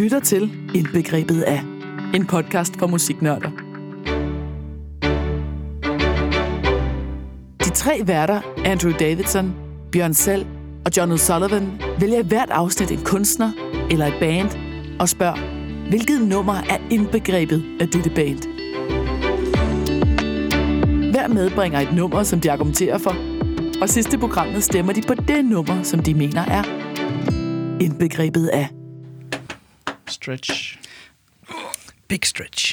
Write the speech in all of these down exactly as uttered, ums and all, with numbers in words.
lytter til Indbegrebet af, en podcast for musiknørder. De tre værter, Andrew Davidson, Bjørn Selv og John O'Sullivan, vælger i hvert afsnit en kunstner eller et band og spørger, hvilket nummer er indbegrebet af dette band? Hver medbringer et nummer, som de argumenterer for, og sidst i programmet stemmer de på det nummer, som de mener er indbegrebet af. Stretch. Big stretch.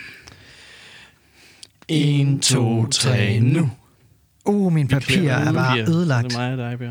En, to, tre, nu. Uh, min papir er bare ødelagt. Det er mig og dig, Bjørn.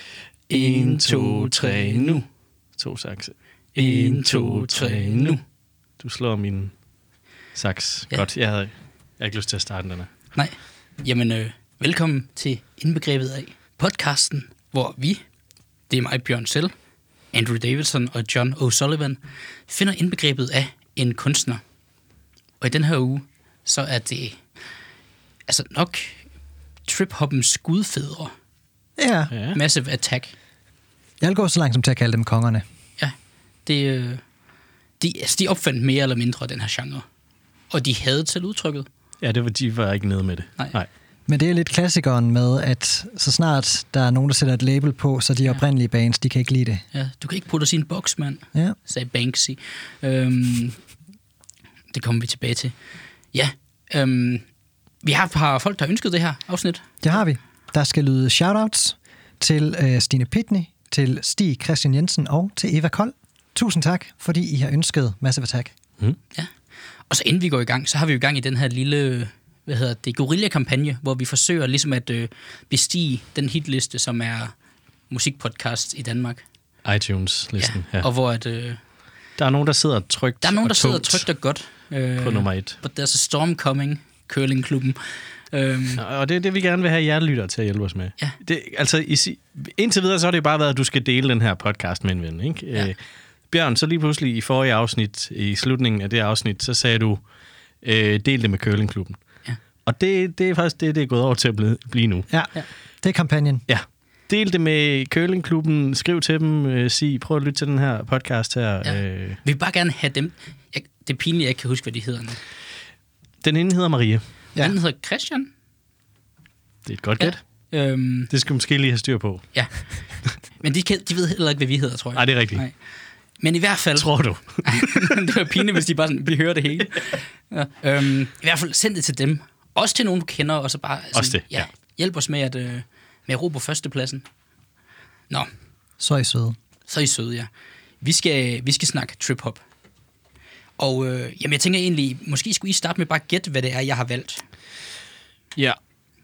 En, to, tre, nu. To sakse. En, to, tre, nu. Du slår min saks. Ja. Godt, jeg havde, jeg havde ikke lyst til at starte den her. Nej. Jamen, øh, velkommen til Indbegrebet af podcasten, hvor vi, det er mig, Bjørn Selv, Andrew Davidson og John O'Sullivan, finder indbegrebet af en kunstner. Og i den her uge, så er det altså nok trip-hoppens skudfædre. Ja. Ja. Massive Attack. Jeg vil gå så langt som til at kalde dem kongerne. Ja, det, øh, de, altså, de opfandt mere eller mindre den her genre. Og de havde til udtrykket. Ja, det var, de var ikke nede med det. Nej. Nej. Men det er lidt klassikeren med, at så snart der er nogen, der sætter et label på, så de ja. oprindelige bands, de kan ikke lide det. Ja, du kan ikke putte os i en boks, mand, Ja. sagde Banksy. Øhm, det kommer vi tilbage til. Ja, øhm, vi har et par folk, der har ønsket det her afsnit. Det har vi. Der skal lyde shoutouts til øh, Stine Pitney, til Stig Christian Jensen og til Eva Kold. Tusind tak, fordi I har ønsket Massive Attack. Mm. Ja. Og så inden vi går i gang, så har vi jo i gang i den her lille, hvad hedder det, guerilla-kampagne, hvor vi forsøger ligesom at øh, bestige den hitliste, som er musikpodcast i Danmark. iTunes-listen. Ja. Ja. Og hvor at, øh, Der er nogen, der sidder trygt der er nogen, der og sidder tungt trygt og godt. Øh, på nummer et. But there's a storm coming, curlingklubben. Øhm, Og det er det, vi gerne vil have jer lytter til at hjælpe os med. Ja. Det, altså, i, indtil videre, så har det jo bare været, at du skal dele den her podcast med en ven, ikke? Ja. Øh, Bjørn, så lige pludselig i forrige afsnit, i slutningen af det afsnit, så sagde du, øh, del det med curlingklubben. Ja. Og det, det er faktisk det, det er gået over til at blive, blive nu. Ja, Ja. det er kampagnen. Ja. Del det med curlingklubben, skriv til dem, øh, sig, prøv at lytte til den her podcast her. Ja. Øh, vi vil bare gerne have dem. Jeg, det er pinligt, at jeg ikke kan huske, hvad de hedder nu. den ene hedder Marie. Ja. Ja. Den hedder Christian. Det er et godt Ja. gæt. Øhm, Det skal du måske lige have styr på. ja. Men de, kan, de ved heller ikke, hvad vi hedder, tror jeg. Nej, det er rigtigt. Nej. Men i hvert fald... Tror du? det var pinligt, hvis de bare sådan, vi hører det hele. Ja. Øhm, I hvert fald send det til dem. Også til nogen, du kender, og så bare sådan, Også det, ja. hjælp os med at, øh, med at ro på førstepladsen. Nå, Så er I søde. så er I søde, ja. Vi skal, vi skal snakke trip-hop. Og øh, jamen, jeg tænker egentlig, måske skulle I starte med bare at gætte, hvad det er, jeg har valgt. Ja.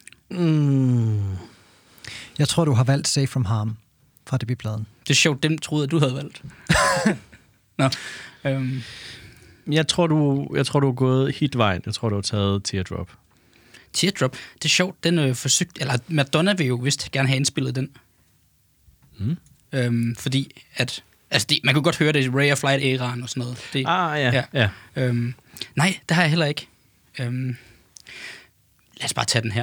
Mm. Jeg tror, du har valgt Safe From Harm fra debutpladen. Det er sjovt, dem troede, at du havde valgt. Nå, øhm, Jeg tror, du, jeg tror, du er gået hitvejen. Jeg tror, du har taget Teardrop. Teardrop, det er sjovt, den øh, forsøgt, eller Madonna vil jo vist gerne have indspillet den. Mm. Øhm, fordi at, altså det, man kunne godt høre det i Ray of Light-æraen og sådan noget. Det, Ah, ja. Ja. ja. øhm, nej, det har jeg heller ikke. Øhm, lad os bare tage den her.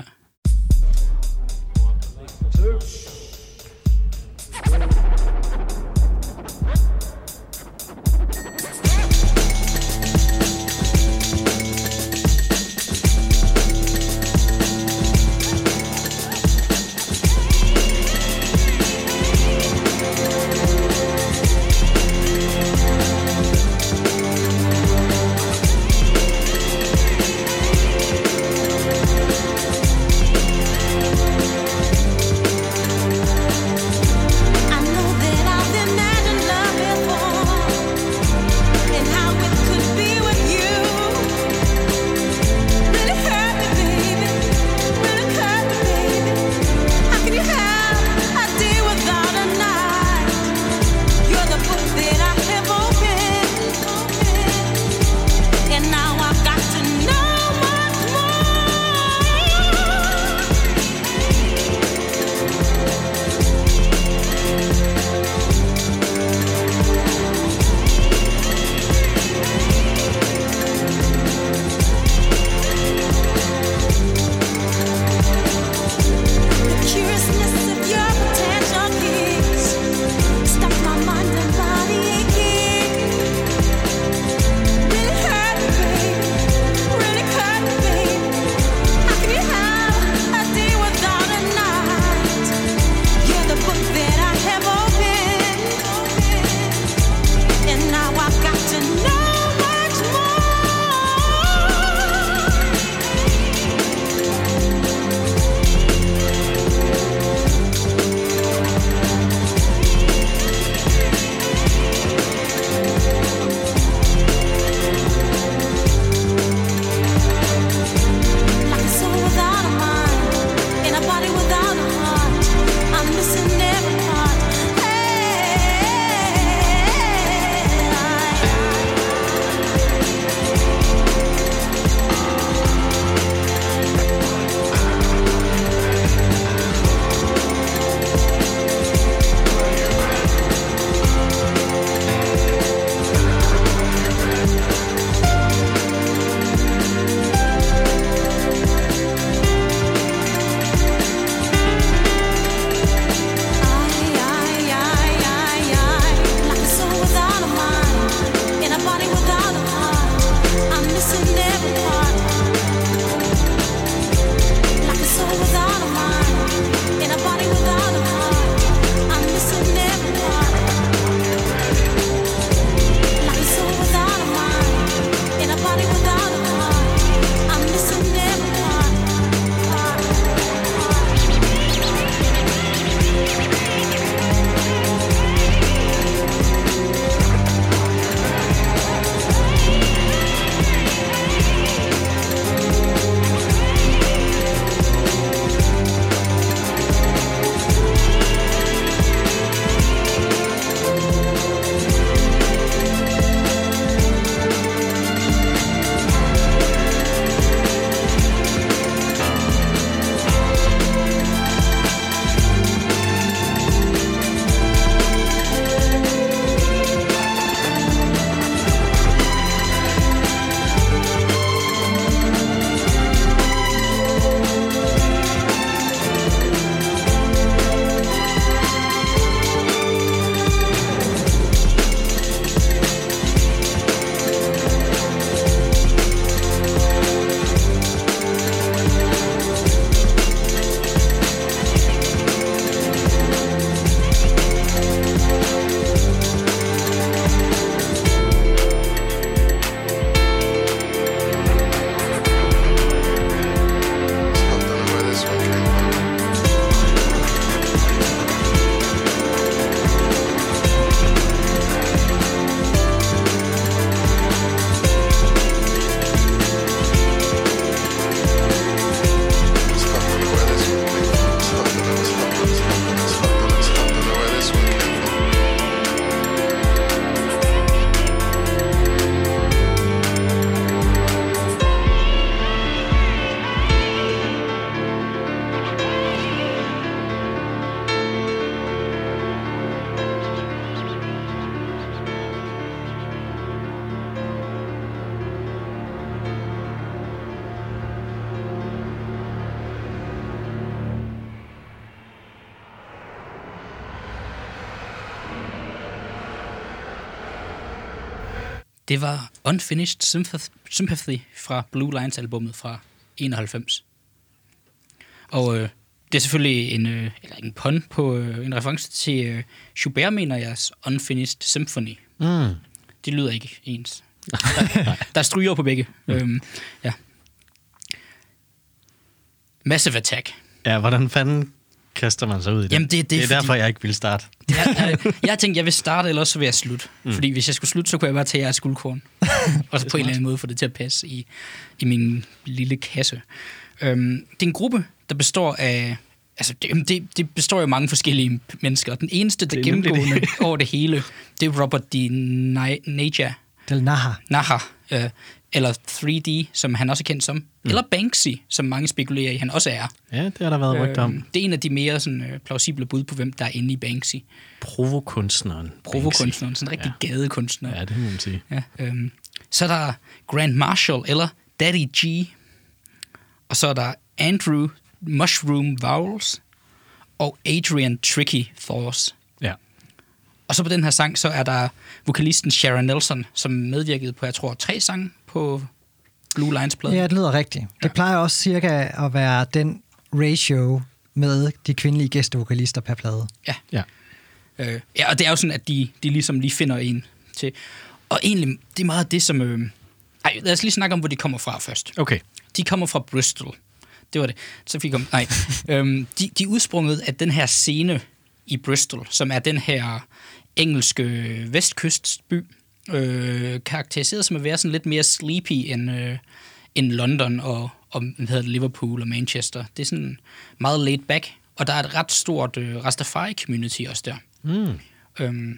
Det var Unfinished Sympath- Sympathy fra Blue Lines-albummet fra enoghalvfems. Og øh, det er selvfølgelig en, øh, eller en pun på øh, en reference til øh, Schubert, mener jeres Unfinished Symphony. Mm. Det lyder ikke ens. Der, der er stryger på begge. Mm. Øhm, ja. Massive Attack. Ja, hvordan fanden kaster man sig ud i det? Jamen, det, det, det er fordi, derfor, jeg ikke vil starte. Jeg, jeg, jeg tænkte, jeg vil starte, eller så vil jeg slutte. Mm. Fordi hvis jeg skulle slutte, så kunne jeg bare tage jeres guldkorn. Og så på en eller anden måde få det til at passe i, i min lille kasse. Øhm, det er en gruppe, der består af... Altså, det, det, det består af mange forskellige mennesker. Den eneste, der gennemgående det. over det hele, det er Robert D. Naja. Del Naha. Naha. Øh, eller tre D, som han også er kendt som. Mm. Eller Banksy, som mange spekulerer i, han også er. Ja, det har der været rygt om. Øh, det er en af de mere sådan, øh, plausible bud på, hvem der er inde i Banksy. Provokunstneren. Provokunstneren, sådan en rigtig ja. gadekunstner. Ja, det må man sige. Ja, øhm. Så er der Grand Marshal, eller Daddy G. Og så er der Andrew Mushroom Vowels og Adrian Tricky Thors. Ja. Og så på den her sang, så er der vokalisten Sharon Nelson, som medvirkede på, jeg tror, tre sange på Blue Lines-pladen. Ja, det lyder rigtigt. Det plejer også cirka at være den ratio med de kvindelige gæstevokalister per plade. Ja. Ja. Øh, ja, og det er jo sådan, at de, de ligesom lige finder en til. Og egentlig, det er meget det, som... Øh... Ej, lad os lige snakke om, hvor de kommer fra først. Okay. De kommer fra Bristol. Det var det. Så fik jeg... Nej. øhm, de, de er udsprunget af den her scene i Bristol, som er den her engelske vestkystby, øh, karakteriseret som at være sådan lidt mere sleepy end, øh, end London og, og hvad hedder det, Liverpool og Manchester. Det er sådan meget laid back, og der er et ret stort øh, Rastafari-community også der. Mm. Øhm,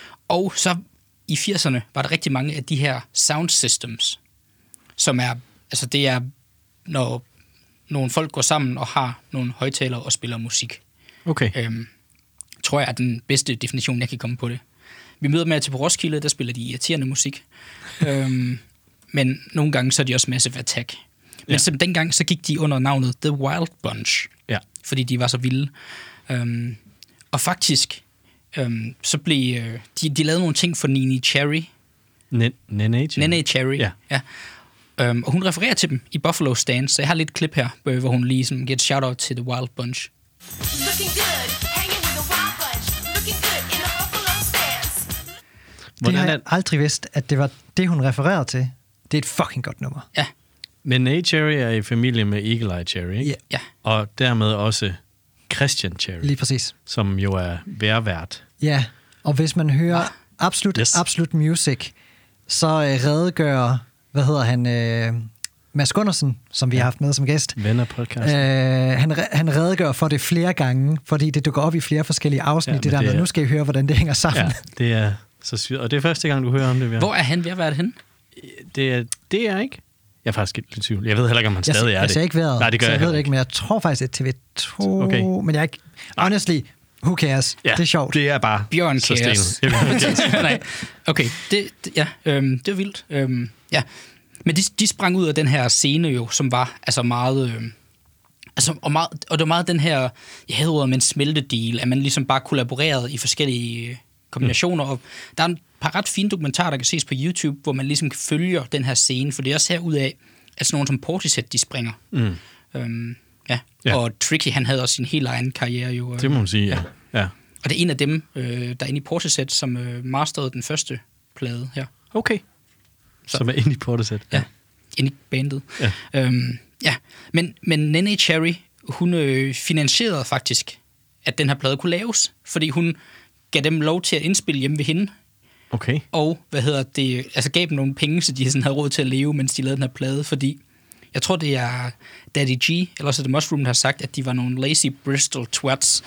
og så i firserne var der rigtig mange af de her sound systems, som er, altså det er, når nogle folk går sammen og har nogle højtalere og spiller musik. Okay. Øhm, tror jeg er den bedste definition, jeg kan komme på det. Vi møder med til på Roskilde, der spiller de irriterende musik. øhm, men nogle gange så er de også Massive Attack. Men Ja. som dengang, så gik de under navnet The Wild Bunch. Ja. Fordi de var så vilde. Øhm, og faktisk, øhm, så blev øh, de, de lavede nogle ting for Nene Cherry. Nene Cherry. Nene Cherry, Ja. ja. Øhm, og hun refererer til dem i Buffalo Stance, så jeg har lidt klip her, øh, hvor hun lige sådan, giver et shout-out til The Wild Bunch. Looking good, hanging with a wild bunch. Looking good in a Buffalo Stance. Det Hvordan har er jeg aldrig vidst, at det var det, hun refererede til. Det er et fucking godt nummer. Ja, Nene Cherry er i familie med Eagle Eye Cherry, ikke? Ja. ja. Og dermed også Christian Cherry, Lige præcis. som jo er værvært. Ja, og hvis man hører Ah. Absolut, Yes. Absolut Music, så øh, redegør, hvad hedder han, øh, Mads Gundersen, som vi ja. har haft med som gæst. Venner podcast. Øh, han, re- han redegør for det flere gange, fordi det dukker op i flere forskellige afsnit. Ja, Ja, men det der det med, er- nu skal I høre, hvordan det hænger sammen. Ja, det er så sygt. Og det er første gang, du hører om det, Bjørn. Hvor er han ved at være det henne? Det er, det er ikke. Jeg er faktisk lidt i tvivl. Jeg ved heller ikke, om han Jeg, stadig jeg, er jeg det. ser ikke været, Nej, det gør så jeg, jeg ved heller det ikke, men jeg tror faktisk, at T V to... Okay. Men jeg er ikke... Honestly, who cares? Ja, Det er sjovt. Det er bare Bjørn så cares. stenet. Nej, okay. Det, det, ja, øhm, det var vildt. Øhm, ja. Men de, de sprang ud af den her scene jo, som var altså meget... Øhm, altså, og, meget og det var meget den her, jeg havde ordet med en smeltedeal, at man ligesom bare kollaborerede i forskellige øh, kombinationer. Mm. Og der er en par ret fine dokumentarer, der kan ses på YouTube, hvor man ligesom følger den her scene, for det er også herudaf, at sådan nogen som Portishead, de springer. Mm. Øhm, ja. Ja. Og Tricky, han havde også sin helt egen karriere jo. Øh, Det må man sige, ja. ja. Og det er en af dem, øh, der er inde i Portishead, som øh, masterede den første plade her. Okay. Så- Som er inde i Portishead. Ja, inde i bandet. Ja. Øhm, ja. Men, men Nene Cherry, hun øh, finansierede faktisk, at den her plade kunne laves, fordi hun gav dem lov til at indspille hjemme ved hende, Okay. og hvad hedder det, altså gav dem nogle penge, så de sådan havde råd til at leve, mens de lavede den her plade, fordi jeg tror, det er Daddy G, eller også er det Mushroom, der har sagt, at de var nogle lazy Bristol twats.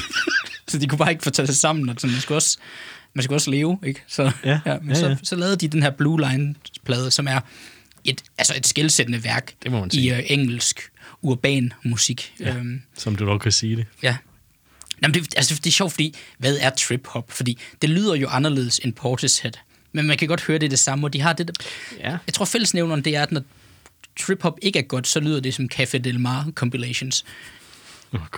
Så de kunne bare ikke få taget sig sammen, og sådan, man skulle også, man skulle også leve, ikke? Så, Ja, ja, men ja, så, ja. så lavede de den her Blue Line-plade, som er et, altså et skelsættende værk Det må man i sige. uh, engelsk urban musik. Ja. Øhm, Som du dog kan sige det. ja. Jamen, det, altså, det er sjovt, fordi hvad er trip-hop? Fordi det lyder jo anderledes end Portishead. Men man kan godt høre, det er det samme, og de har det der. Ja. Jeg tror, fællesnævneren det er, at når trip-hop ikke er godt, så lyder det som Café Del Mar compilations. Åh, oh, gud.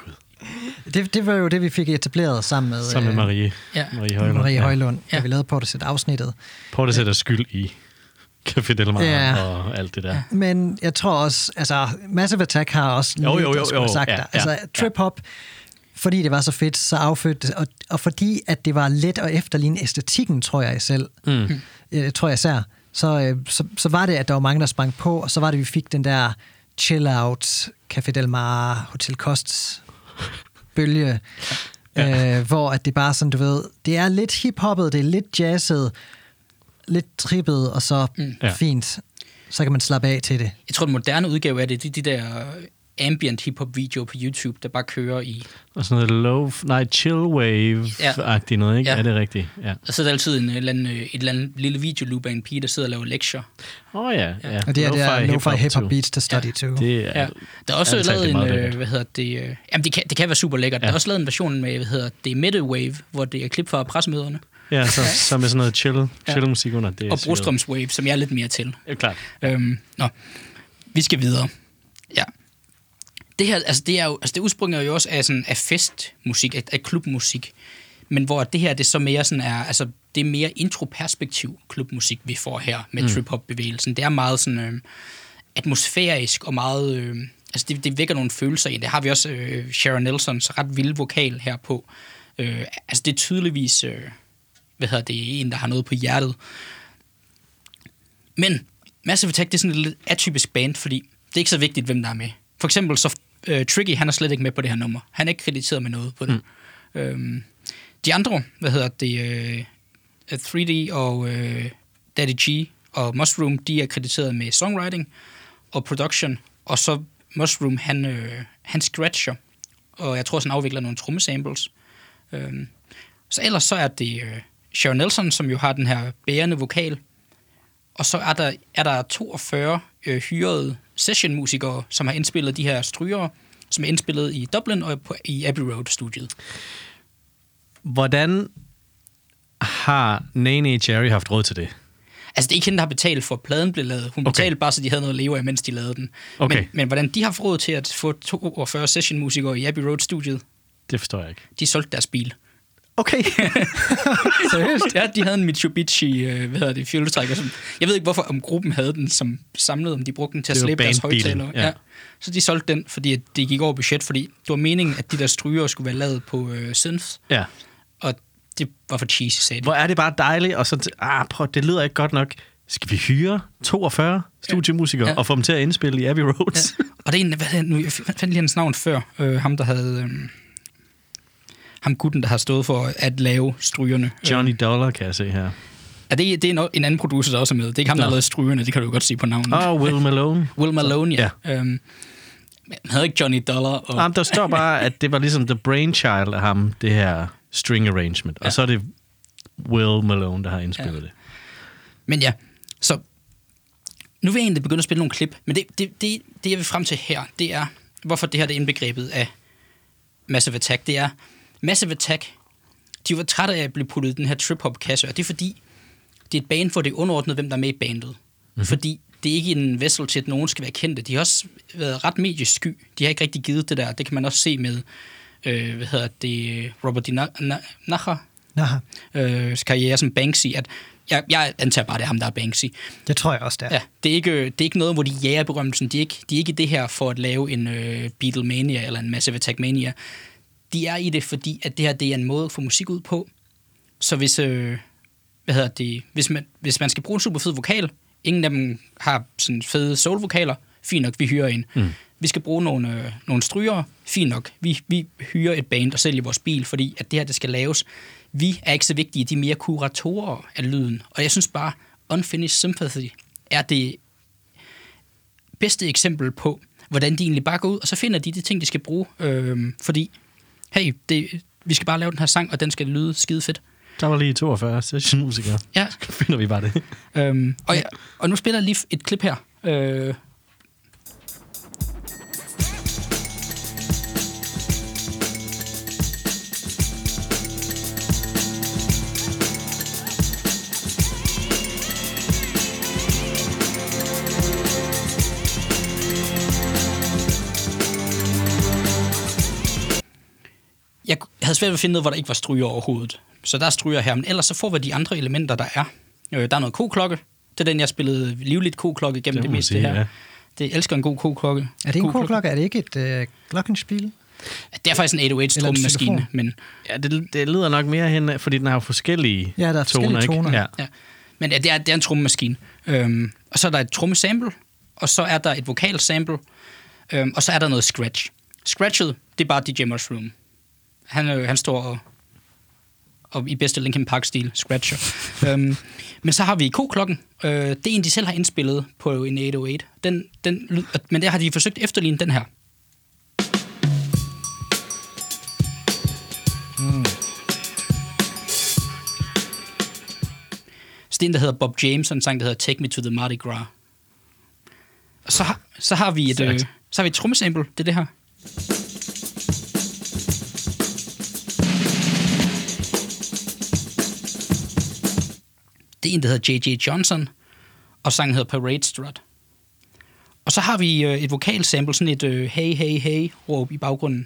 Det, det var jo det, vi fik etableret sammen med, Sammen med øh, Marie. Ja. Marie Højlund. Marie Højlund, Ja. da vi lavede Portishead-afsnittet. Portishead er skyld i Café Del Mar Ja. og alt det der. Ja. Men jeg tror også, altså Massive Attack har også Jo, lidt jo, jo, at skulle jo, have sagt ja, der. ja, Altså trip-hop, fordi det var så fedt, så affødte det, og, og fordi at det var let at efterligne æstetikken, tror jeg selv, Mm. jeg tror jeg især, så, øh, så, så var det, at der var mange, der sprang på, og så var det, vi fik den der chill-out, Café Del Mar, Hotel Kost bølge, ja. øh, hvor at det bare sådan, du ved, det er lidt hip-hoppet, det er lidt jazzet, lidt trippet, og så mm. Ja. fint, så kan man slappe af til det. Jeg tror, den moderne udgave af det, det er de der ambient hip-hop-videoer på YouTube, der bare kører i... Og sådan noget low, nej, chill wave-agtigt noget, ikke? Ja. Ja. Er det rigtigt? Ja. Og så er der altid en, eller anden, et eller andet lille videoloop af en pige, der sidder og laver lektier. Åh oh, ja, ja. Og det er det er Lo-fi lo-fi hip-hop too. beats to study Ja. to. Det er, Ja. Der er også ærligt talt, lavet det er en, meget øh, lækkert. hvad hedder det... Øh, jamen, det kan, det kan være super lækkert. Ja. Der er også lavet en version med, hvad hedder det, Midwave, hvor det er klip fra pressemøderne. Ja, så, så med sådan noget chill, chill musik under. Det er Og sygt. Brostrøms Wave, som jeg er lidt mere til. Ja, klart. Øhm, nå, vi skal videre. Ja. Det her, altså det er jo, altså det udspringer jo også af sådan af festmusik, af, af klubmusik. Men hvor det her, det så mere sådan er, altså det er mere introperspektiv klubmusik, vi får her med mm. trip-hop-bevægelsen. Det er meget sådan øh, atmosfærisk og meget, øh, altså det, det vækker nogle følelser i. Det har vi også øh, Sharon Nelsons ret vilde vokal her på. Øh, altså det er tydeligvis, øh, hvad hedder det, en, der har noget på hjertet. Men Massive Attack, det er sådan et lidt atypisk band, fordi det er ikke så vigtigt, hvem der er med. For eksempel så uh, Tricky, han er slet ikke med på det her nummer. Han er ikke krediteret med noget på det. Mm. Øhm, de andre, hvad hedder det, uh, tre D og uh, Daddy G og Mushroom, de er krediteret med songwriting og production. Og så Mushroom, han, uh, han scratcher, og jeg tror, han afvikler nogle trommesamples. Øhm, så ellers så er det uh, Sharon Nelson, som jo har den her bærende vokal. Og så er der, er der toogfyrre øh, hyrede sessionmusikere, som har indspillet de her strygere, som er indspillet i Dublin og på, i Abbey Road-studiet. Hvordan har Nene Cherry haft råd til det? Altså, det er ikke hende, der har betalt for, at pladen blev lavet. Hun Okay. betalte bare, så de havde noget at leve af, mens de lavede den. Okay. Men, men hvordan de har haft råd til at få toogfyrre sessionmusikere i Abbey Road-studiet, Det forstår jeg ikke. de solgte deres bil. Okay. Seriøst? Ja, de havde en Mitsubishi, øh, hvad hedder det, fjolletrækker. Som, jeg ved ikke, hvorfor om gruppen havde den som samlet, om de brugte den til at Det var slæbe deres bandbilen, højtalere. ja. Ja. Så de solgte den, fordi at det gik over budget, fordi det var meningen, at de der stryger skulle være lavet på øh, synths, Ja. og det var for cheesy, sagde de. Hvor er det bare dejligt, og så, t- ah, prøv, det lyder ikke godt nok. Skal vi hyre toogfyrre studiemusikere Ja. og få dem til at indspille i Abbey Road? Ja. Og det er en, hvad hedder, nu, jeg fandt lige hans navn før, øh, ham der havde... Øh, ham gutten, der har stået for at lave strygerne. Johnny Dollar, kan jeg se her. Ja, det, er- det er en, en anden producer, der også er med. Det er ikke ham, der Nå. har lavet strygerne, det kan du jo godt se på navnet. Og oh, Will Malone. Will Malone, ja. ja. Øhm, men han havde ikke Johnny Dollar. Og, Jamen, der står bare, at det var ligesom the brainchild af ham, det her string arrangement. Ja. Ja. Og så er det Will Malone, der har indspillet ja. det. Men ja, så nu vil jeg egentlig begynde at spille nogle klip, men det, det, det, det jeg vil frem til her, det er, hvorfor det her det er indbegrebet af Massive Attack, det er, Massive Attack, de var trætte af at blive puttet i den her trip-hop-kasse, og det er fordi, det er et band, hvor det er underordnet, hvem der er med i bandet. Mm-hmm. Fordi det er ikke en vessel til, at nogen skal være kendte. De har også været ret mediesky. De har ikke rigtig givet det der. Det kan man også se med, øh, hvad hedder det, Robert Dinacher, Naha. øh, karriere som Banksy, at jeg, jeg antager bare, det er ham, der er Banksy. Det tror jeg også, det er. Ja, det er ikke, det er ikke noget, hvor de jager berømmelsen. De er ikke, de er ikke det her for at lave en øh, Beatlemania eller en Massive Attack Mania. De er i det, fordi at det her det er en måde at få musik ud på. Så hvis, øh, hvad hedder det, hvis, man, hvis man skal bruge en super fed vokal, ingen af dem har sådan fede soul-vokaler, fint nok, vi hyrer en. Mm. Vi skal bruge nogle, øh, nogle strygere, fint nok, vi, vi hyrer et band og sælger vores bil, fordi at det her, det skal laves. Vi er ikke så vigtige, de er mere kuratorer af lyden. Og jeg synes bare, Unfinished Sympathy er det bedste eksempel på, hvordan de egentlig bare går ud, og så finder de de ting, de skal bruge. Øh, fordi, hey, det, vi skal bare lave den her sang, og den skal lyde skide fedt. Der var lige toogfyrre sessionmusikere. Ja. Så finder vi bare det. Øhm, og, ja, og nu spiller jeg lige et klip her. Øh, svært ved at finde noget, hvor der ikke var stryger overhovedet. Så der er stryger her, men ellers så får vi de andre elementer, der er. Øh, der er noget koklokke. Det er den, jeg spillede livligt koklokke gennem det, Det det må man meste sige, her. ja. Det elsker en god koklokke. Er det en koklokke? Er det ikke et øh, glockenspiel? Det er faktisk en otte otte Eller en trommemaskine, xylofon? men Ja, det, det lyder nok mere hen, af- fordi den har jo forskellige Ja, der er forskellige toner, toner. ikke? Ja. ja. Men ja, det er, det er en trommemaskine. Øhm, og så er der et trommesample, og så er der et vokalsample, øhm, og så er der noget scratch. Scratchet, det er bare D J Mushroom. Han, øh, han står og, og i bedste Linkin Park-stil scratcher. øhm, men så har vi koklokken. Øh, det er en, de selv har indspillet på en otte otte. Den, den, lyd- men der har de forsøgt at efterligne den her. Så det er en, der hedder Bob James, og en sang, der hedder Take Me to the Mardi Gras. Og så har, så har vi et, øh, så har vi et trommesample, det er det her. Det er en, der hedder J J Johnson, og sangen hedder Parade Strut. Og så har vi øh, et vokalsample, sådan et øh, hey, hey, hey råb i baggrunden.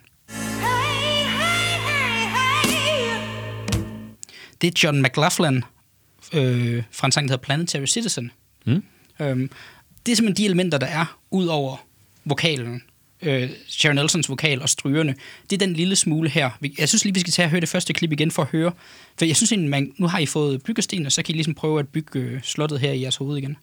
Det er John McLaughlin øh, fra en sang, der hedder Planetary Citizen. Mm. Øhm, det er simpelthen de elementer, der er ud over vokalen. Øh, Sharon Nelsons vokal og strygerne. Det er den lille smule her. Jeg synes lige, vi skal tage og høre det første klip igen for at høre. For jeg synes egentlig, man, nu har I fået byggesten, og så kan I ligesom prøve at bygge øh, slottet her i jeres hoved igen.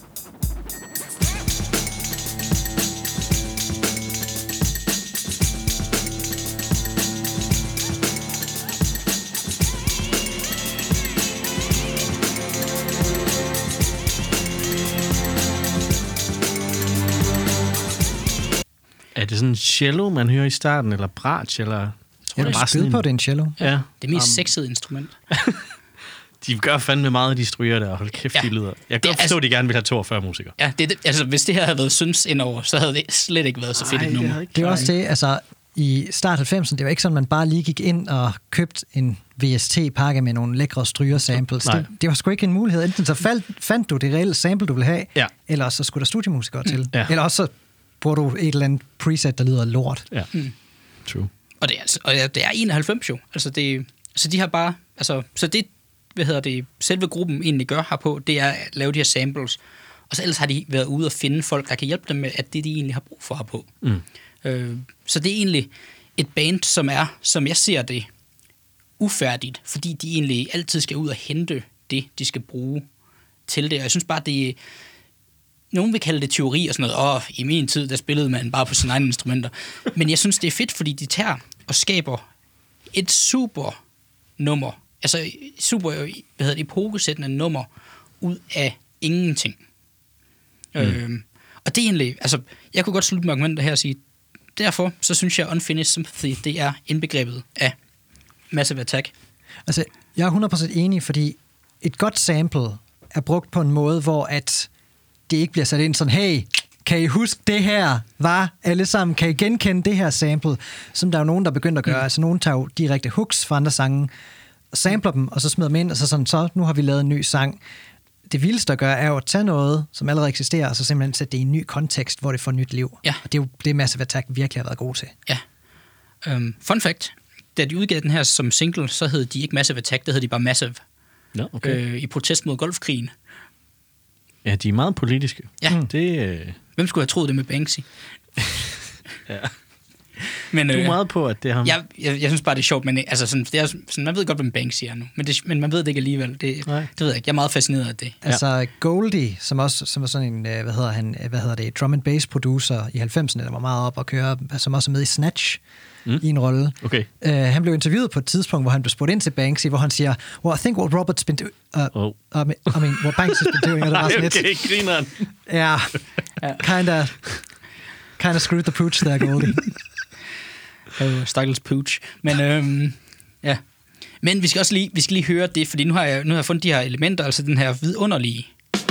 Er det sådan en cello, man hører i starten, eller bratsch, eller... Jeg det vil er bare spille sådan på en- det en cello. Ja. Det mest Um, sexede instrument. De gør fandme meget af de stryger der. Hold kæft, Ja. de lyder. Jeg kan Det godt er forstå, altså- at de gerne vil have toogfyrre musikere. Ja, det, er det, altså, hvis det her havde været syns indover, så havde det slet ikke været så fedt et nummer. Det er også det, altså i start halvfemserne, det var ikke sådan, man bare lige gik ind og købte en V S T-pakke med nogle lækre stryger-samples. Nej. Det, det var sgu ikke en mulighed. Enten så fandt, fandt du det reelle sample, du ville have, Ja. eller også så skulle der studiemusikere til. Ja. Eller også så bruger du et eller andet preset, der lyder lort. Ja, true. Og det er, altså, og det er enoghalvfems jo. Altså det, så de har bare, altså, så det, hvad hedder det, selve gruppen egentlig gør herpå, det er at lave de her samples. Og så ellers har de været ude og finde folk, der kan hjælpe dem med, at det de egentlig har brug for herpå. Mm. Øh, så det er egentlig et band, som er, som jeg ser det, ufærdigt, fordi de egentlig altid skal ud og hente det, de skal bruge til det. Og jeg synes bare, det er, nogen vil kalde det teori og sådan noget. Åh, i min tid, der spillede man bare på sine egne instrumenter. Men jeg synes, det er fedt, fordi de tager og skaber et super nummer, altså super, hvad hedder det, epokesættende nummer ud af ingenting. Mm. Øhm, og det er egentlig, altså, jeg kunne godt slutte med argumenter her og sige, derfor så synes jeg, Unfinished Sympathy, det er indbegrebet af Massive Attack. Altså, jeg er hundrede procent enig, fordi et godt sample er brugt på en måde, hvor at det ikke bliver sat ind sådan, hey, kan I huske det her, var alle sammen, kan I genkende det her sample, som der er jo nogen, der begynder at gøre. Mm. Altså, nogen tager jo direkte hooks fra andre sange, sampler dem, og så smider dem ind, og så sådan, så nu har vi lavet en ny sang. Det vildeste at gøre er jo at tage noget, som allerede eksisterer, og så simpelthen sætte det i en ny kontekst, hvor det får nyt liv. Ja. Og det er jo det, Massive Attack virkelig har været god til. Ja. Um, fun fact, da de udgav den her som single, så hed de ikke Massive Attack, det hed de bare Massive, Ja, okay. øh, i protest mod golfkrigen. Ja, de er meget politiske. Ja. Det, øh, Hvem skulle have troet det med Banksy? ja. Men, Du er øh, meget på, at det er ham. jeg, jeg, jeg synes bare, det er sjovt, men altså, sådan, det er, sådan, man ved godt, hvem Banksy er nu, men, det, men man ved det ikke alligevel. Det, Nej. det ved jeg ikke. Jeg er meget fascineret af det. Altså Goldie, som også som var sådan en, øh, hvad hedder han, øh, hvad hedder det, drum and bass producer i halvfemserne, der var meget op at køre, som også er med i Snatch mm. i en rolle. Okay. Uh, han blev interviewet på et tidspunkt, hvor han blev spurgt ind til Banksy, hvor han siger, well, I think what Robert's been doing, uh, Oh. I, mean, I mean, what Banksy has been doing, og det var sådan lidt, okay, grineren. ja, kinda, kinda screwed the pooch there, Goldie. Oh, stakkels pooch. Men, øhm, ja. Men vi skal også lige, vi skal lige høre det, fordi nu har, jeg, nu har jeg fundet de her elementer, altså den her vidunderlige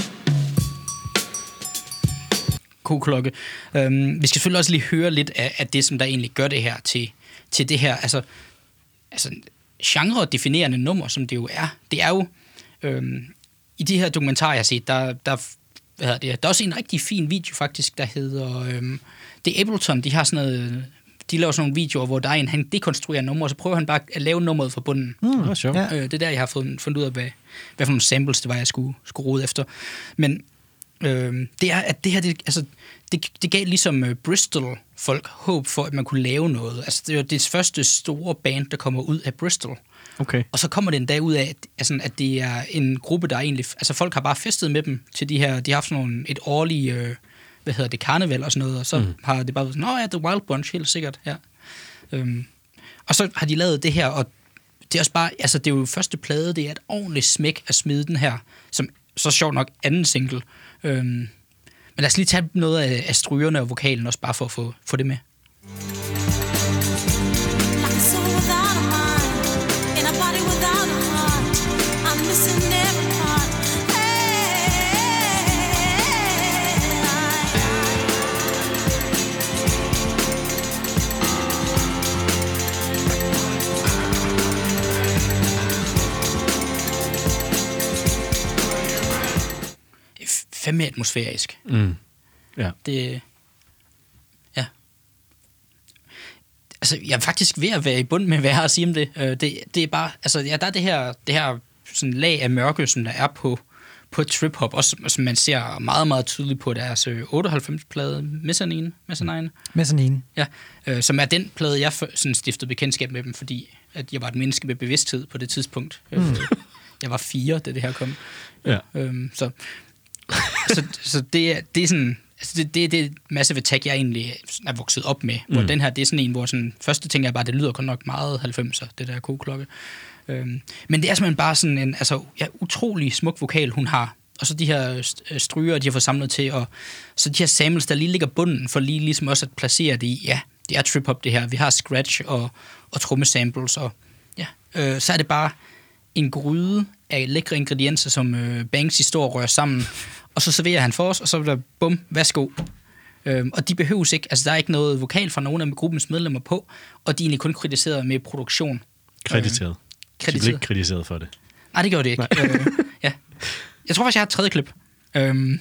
koklokke. Øhm, vi skal selvfølgelig også lige høre lidt af, af det, som der egentlig gør det her til, til det her, altså, altså genre-definerende nummer, som det jo er. Det er jo, øhm, i de her dokumentarer, jeg har set, der, der, hvad hedder det, der er også en rigtig fin video faktisk, der hedder, øhm, det er Ableton, de har sådan noget, de laver sådan nogle videoer, hvor der er en, han dekonstruerer nummer, og så prøver han bare at lave nummeret fra bunden. Mm. Det var sjovt. Ja. Øh, det er der, jeg har fundet, fundet ud af, hvad, hvad for nogle samples det var, jeg skulle, skulle rode efter. Men øh, det er, at det her, det, altså, det, det gav ligesom uh, Bristol-folk håb for, at man kunne lave noget. Altså, det var det første store band, der kommer ud af Bristol. Okay. Og så kommer det en dag ud af, at, altså, at det er en gruppe, der egentlig... Altså, folk har bare festet med dem til de her... De har haft sådan nogle, et årligt... Øh, hvad hedder det? Karneval og sådan noget. Og så mm. har det bare været sådan, nå ja, The Wild Bunch, helt sikkert. Ja. Øhm, og så har de lavet det her, og det er også bare... Altså, det er jo første plade, det er et ordentligt smæk at smide den her, som så sjovt nok anden single. Øhm, men lad os lige tage noget af, af strygerne og vokalen også, bare for at få, få det med. Like a soul without a mind, in a body without a heart. I'm missing every part. Fandme atmosfærisk. Mm. Ja. Det... Ja. Altså, jeg er faktisk ved at være i bund med, hvad jeg har at sige om det. Øh, det, det er bare... Altså, ja, der er det her, det her sådan lag af mørke, som der er på, på trip-hop, også som man ser meget, meget tydeligt på deres otteoghalvfems-plade, Mezzanine, Mezzanine. Mezzanine. Ja, øh, som er den plade, jeg sådan stiftede bekendtskab med dem, fordi at jeg var et menneske med bevidsthed på det tidspunkt. Mm. Øh, jeg var fire, da det her kom. Ja. Øhm, så så, så det, er, det er sådan... Altså det, det, det er Massive Attack, jeg egentlig er vokset op med. Hvor mm. den her, det er sådan en, hvor sådan... Første ting er bare, det lyder godt nok meget halvfemser, det der koklokke. Øhm, men det er simpelthen bare sådan en altså, ja, utrolig smuk vokal, hun har. Og så de her stryger, de har fået samlet til. Og så de her samples, der lige ligger bunden, for lige ligesom også at placere det i, ja, det er trip-hop det her. Vi har scratch og, og trommesamples, og ja, øh, så er det bare en gryde af lækre ingredienser, som øh, Banks historie rører sammen. Og så serverer han for os, og så er der, bum, værsgo. Øhm, og de behøves ikke, altså der er ikke noget vokal fra nogen af gruppens medlemmer på, og de er egentlig kun kritiseret med produktion. Krediteret. Øhm, krediteret. De bliver ikke kritiseret for det. Nej, det gjorde det ikke. øh, ja. Jeg tror faktisk, jeg har et tredje klip. Øhm.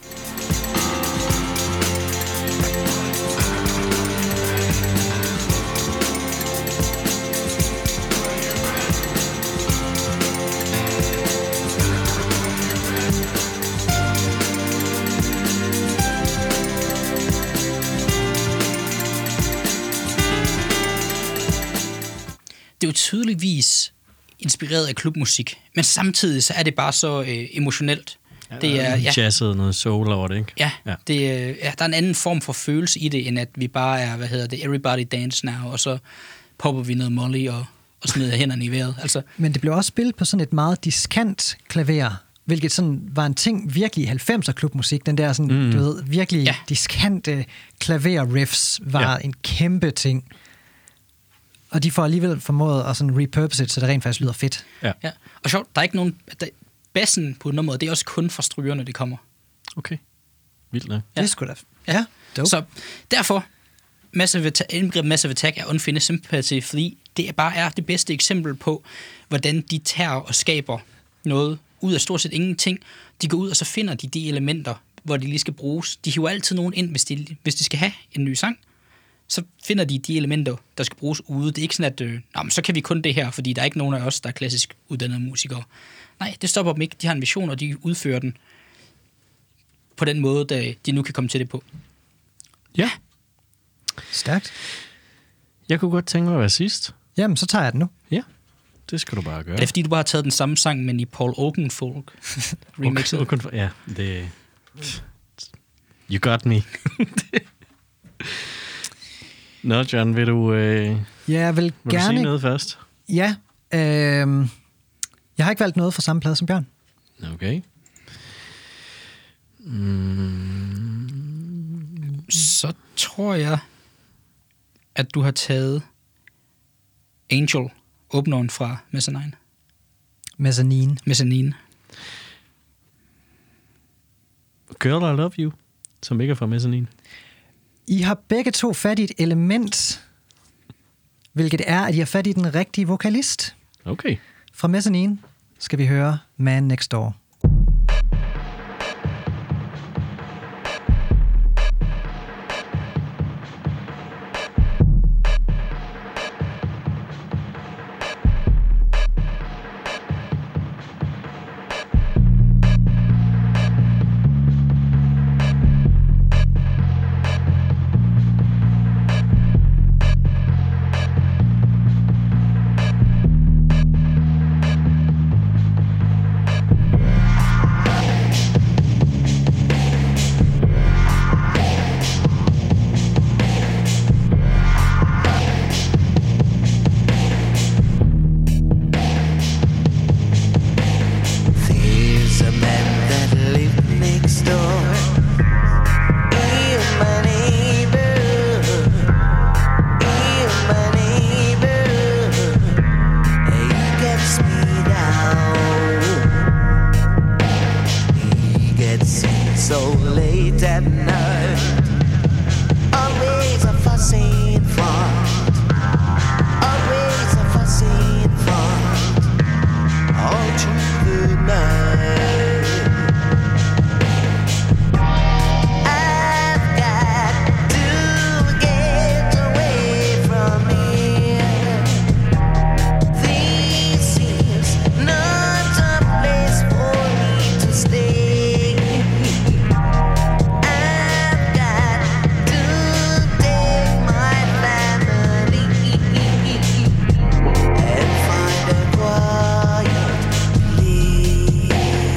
Det er jo tydeligvis inspireret af klubmusik, men samtidig så er det bare så øh, emotionelt. Ja, det er ja, jazzet, noget soul over det, ikke? Ja, ja. Det, øh, ja, der er en anden form for følelse i det, end at vi bare er, hvad hedder det, everybody dance now, og så popper vi noget Molly og, og smider hænderne i vejret. Altså. Men det blev også spillet på sådan et meget diskant klaver, hvilket sådan var en ting virkelig i halvfemser klubmusik. Den der sådan, mm. du ved, virkelig ja. diskante klaver-riffs var ja. en kæmpe ting. Og de får alligevel formået at sådan repurpose it, så det rent faktisk lyder fedt. Ja. Ja. Og sjovt, der er ikke nogen... Der, bassen på nummeret, det er også kun fra strygerne, det kommer. Okay. Vildt nok. Ja. Det er sgu da... Ja, dope. Så derfor, Massive Attack, Massive Attack er Unfinished Sympathy, fordi det bare er det bedste eksempel på, hvordan de tager og skaber noget ud af stort set ingenting. De går ud, og så finder de de elementer, hvor de lige skal bruges. De hiver altid nogen ind, hvis de, hvis de skal have en ny sang. Så finder de de elementer, der skal bruges ude. Det er ikke sådan, at øh, nej, så kan vi kun det her, fordi der er ikke nogen af os, der er klassisk uddannede musikere. Nej, det stopper dem ikke. De har en vision, og de udfører den på den måde, der de nu kan komme til det på. Ja. Stærkt. Jeg kunne godt tænke mig at være sidst. Jamen, så tager jeg den nu. Ja, det skal du bare gøre. Er det fordi, du bare har taget den samme sang, men i Paul Oakenfold remixet? Okay, okay, ja, det... You got me. Nå, John, vil du, øh, ja, jeg vil, vil gerne... du sige noget først? Ja, øh, jeg har ikke valgt noget fra samme plade som Bjørn. Okay. Mm. Så tror jeg, at du har taget Angel, åbneren fra Mezzanine. Mezzanine. Mezzanine. Girl, I Love You, som ikke er fra Mezzanine. I har begge to fat i et element, hvilket er, at I har fat i den rigtige vokalist. Okay. Fra Mezzanine skal vi høre Man Next Door. so late at night. Always a fussing fight. Always a fussing fight. All through the night. I've got to get away from here. This is not a place for me to stay. I've got to take my family and find a quiet place.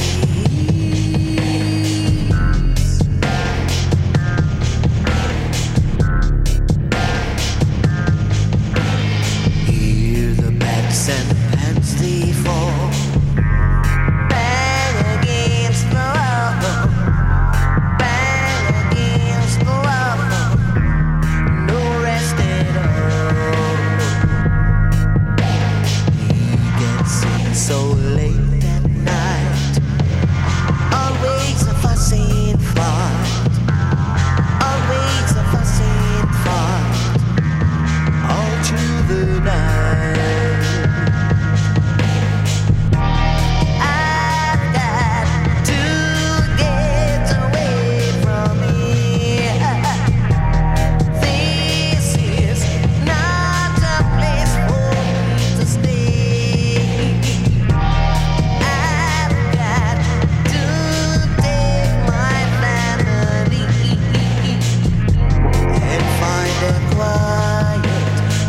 Hear the bats and the pants they fall. Bang against the wall. Bang against the wall. No rest at all. He gets in so late at night. Always a fussing fight. Always a fussing fight. All through the night. I've got to get away from here. This is not a place for me to stay. I've got to take my family and find a quiet place.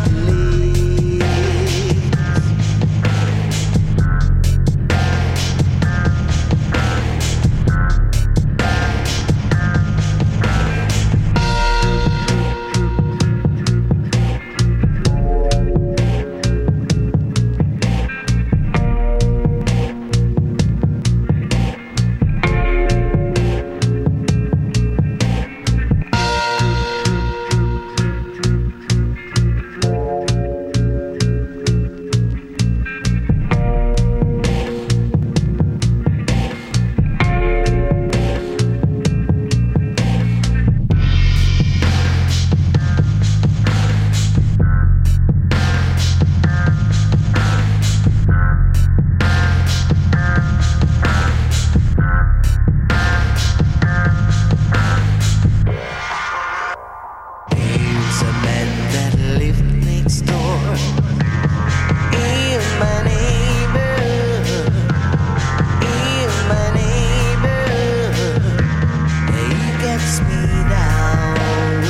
Here's a man that lived next door. He's my neighbor. He's my neighbor. He gets me down.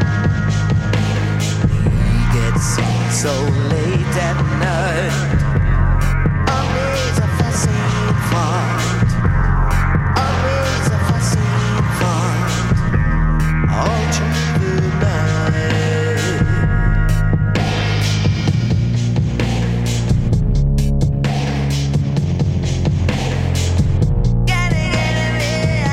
He gets in so late at night. Always a fussing fight. Always a fussing fight. All through the night. Gotta get away.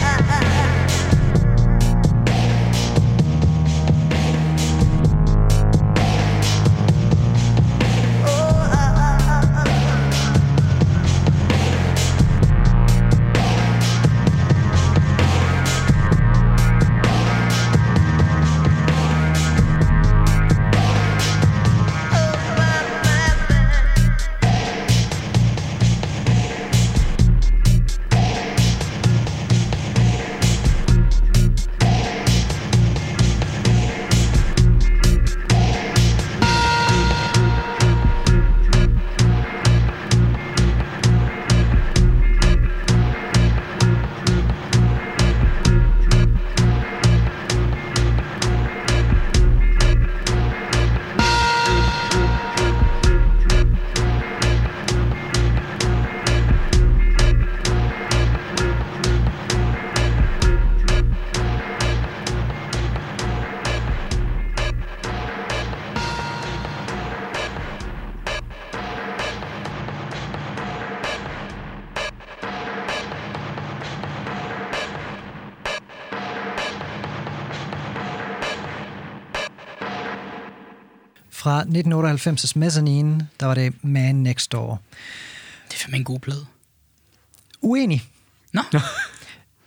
Fra nitten otteoghalvfems' Mezzanine, der var det Man Next Door. Det er fandme en god plade. Uenig. Nå.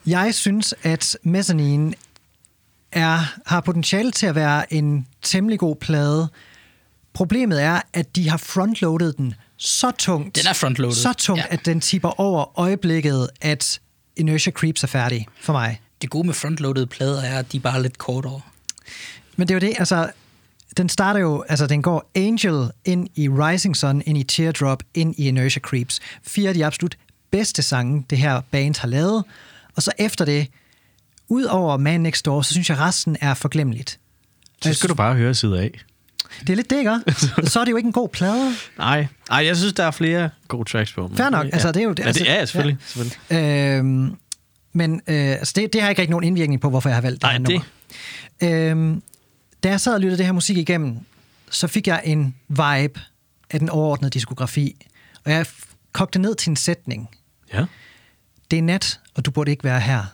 Jeg synes, at Mezzanine er, har potentiale til at være en temmelig god plade. Problemet er, at de har frontloadet den så tungt, Den er frontloadet. så tungt, Ja. at den tipper over øjeblikket, at Inertia Creeps er færdig for mig. Det gode med frontloadede plader er, at de er bare lidt kortere. Men det er jo det, altså, den starter jo, altså den går Angel ind i Rising Sun, ind i Teardrop, ind i Inertia Creeps. Fire af de absolut bedste sange, det her band har lavet. Og så efter det, ud over Man Next Door, så synes jeg, resten er forglemmeligt. Så skal du bare høre side af. Det er lidt det, ikke? Så er det jo ikke en god plade. Nej, nej, jeg synes, der er flere gode tracks på. Fair nok, altså det er jo... Ja, altså, det er jeg selvfølgelig. Ja. selvfølgelig. Øhm, men øh, altså det, det har ikke rigtig nogen indvirkning på, hvorfor jeg har valgt det Nej, her det- nummer. Øhm, da jeg sad og lyttede det her musik igennem, så fik jeg en vibe af den overordnede diskografi. Og jeg f- kogte ned til en sætning. Ja, Det er nat, og du burde ikke være her.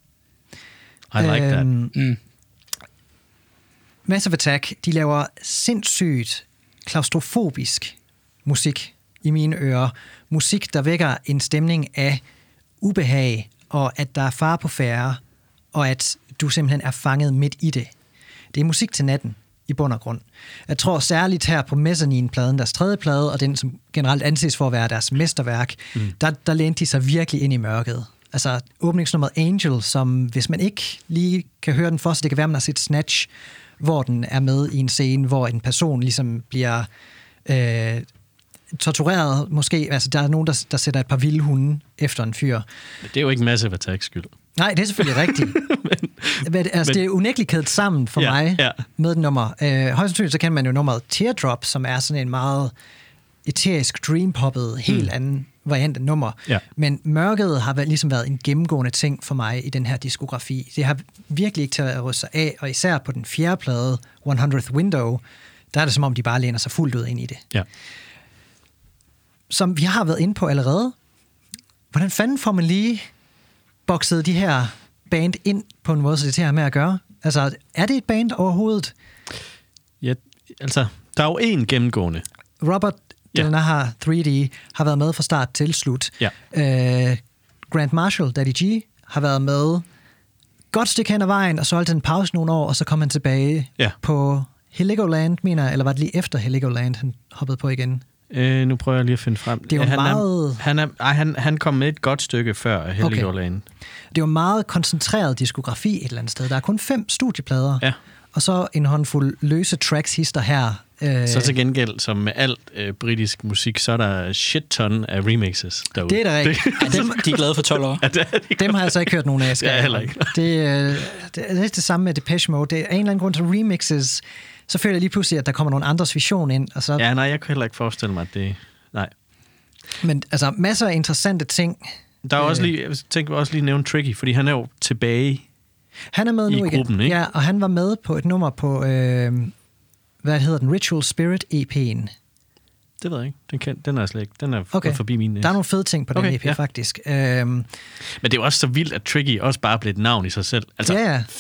I like that. Mm. Massive Attack, de laver sindssygt klaustrofobisk musik i mine ører. Musik, der vækker en stemning af ubehag, og at der er fare på færre, og at du simpelthen er fanget midt i det. Det er musik til natten, i bund og grund. Jeg tror særligt her på Mezzanine-pladen, deres tredje plade, og den, som generelt anses for at være deres mesterværk, mm. der, der lænede de sig virkelig ind i mørket. Altså åbningsnummeret Angel, som hvis man ikke lige kan høre den for, så det kan være, man har set Snatch, hvor den er med i en scene, hvor en person ligesom bliver øh, tortureret, måske. Altså, der er nogen, der, der sætter et par vilde hunde efter en fyr. Men det er jo ikke Massive Attacks skyld. Nej, det er selvfølgelig rigtigt. men, men, altså, men- det er unægteligt kædet sammen for Ja, mig ja. med et nummer. Øh, højst sandsynligt, så kender man jo nummeret Teardrop, som er sådan en meget eterisk, dreampoppet, helt mm. anden variant af nummer. Ja. Men mørket har været, ligesom været en gennemgående ting for mig i den her diskografi. Det har virkelig ikke til at ryste sig af, og især på den fjerde plade, hundredth Window, der er det som om, de bare læner sig fuldt ud ind i det. Ja. Som vi har været inde på allerede, hvordan fanden får man lige bokset de her band ind på en måde, så det er til at have med at gøre? Altså, er det et band overhovedet? Ja, altså, der er jo en gennemgående. Robert Ja. Del Naja tre D har været med fra start til slut. Ja. Øh, Grant Marshall, Daddy G, har været med godt stykke hen ad vejen, og så holdt han en pause nogle år, og så kom han tilbage Ja. på Heligoland, mener jeg, eller var det lige efter Heligoland, han hoppede på igen? Øh, nu prøver jeg lige at finde frem. Det er jo han meget- Er, han, er, ej, han, han kom med et godt stykke før Heligoland. Det er jo meget koncentreret diskografi et eller andet sted. Der er kun fem studieplader, Ja. og så en håndfuld løse tracks hister her. Øh, Så til gengæld, som med alt øh, britisk musik, så er der shit ton af remixes derude. det er da rigtigt. Ja, de, de er glade for tolv år. Ja, det er de. Dem har jeg så ikke hørt nogen af. skal Ja, jeg heller indrømme. ikke. Det, øh, det er lidt det samme med Depeche Mode. Det er af en eller anden grund til remixes. Så føler jeg lige pludselig, at der kommer nogle andres vision ind. Og så, Ja, nej, jeg kan heller ikke forestille mig, at det... Nej. Men altså, masser af interessante ting. Der er Øh. også lige, jeg tænker også lige nævne Tricky, fordi han er jo tilbage. Han er med I nu igen. gruppen, ikke? Ja, og han var med på et nummer på, øh, hvad hedder den, Ritual Spirit E P'en. Det ved jeg ikke. Den, kan, den er slet ikke. Den er Okay. gået forbi min næse. Der er nogle fede ting på den Okay, E P, ja. faktisk. Øhm, Men det er jo også så vildt, at Tricky også bare blev et navn i sig selv. Altså, ja, ja.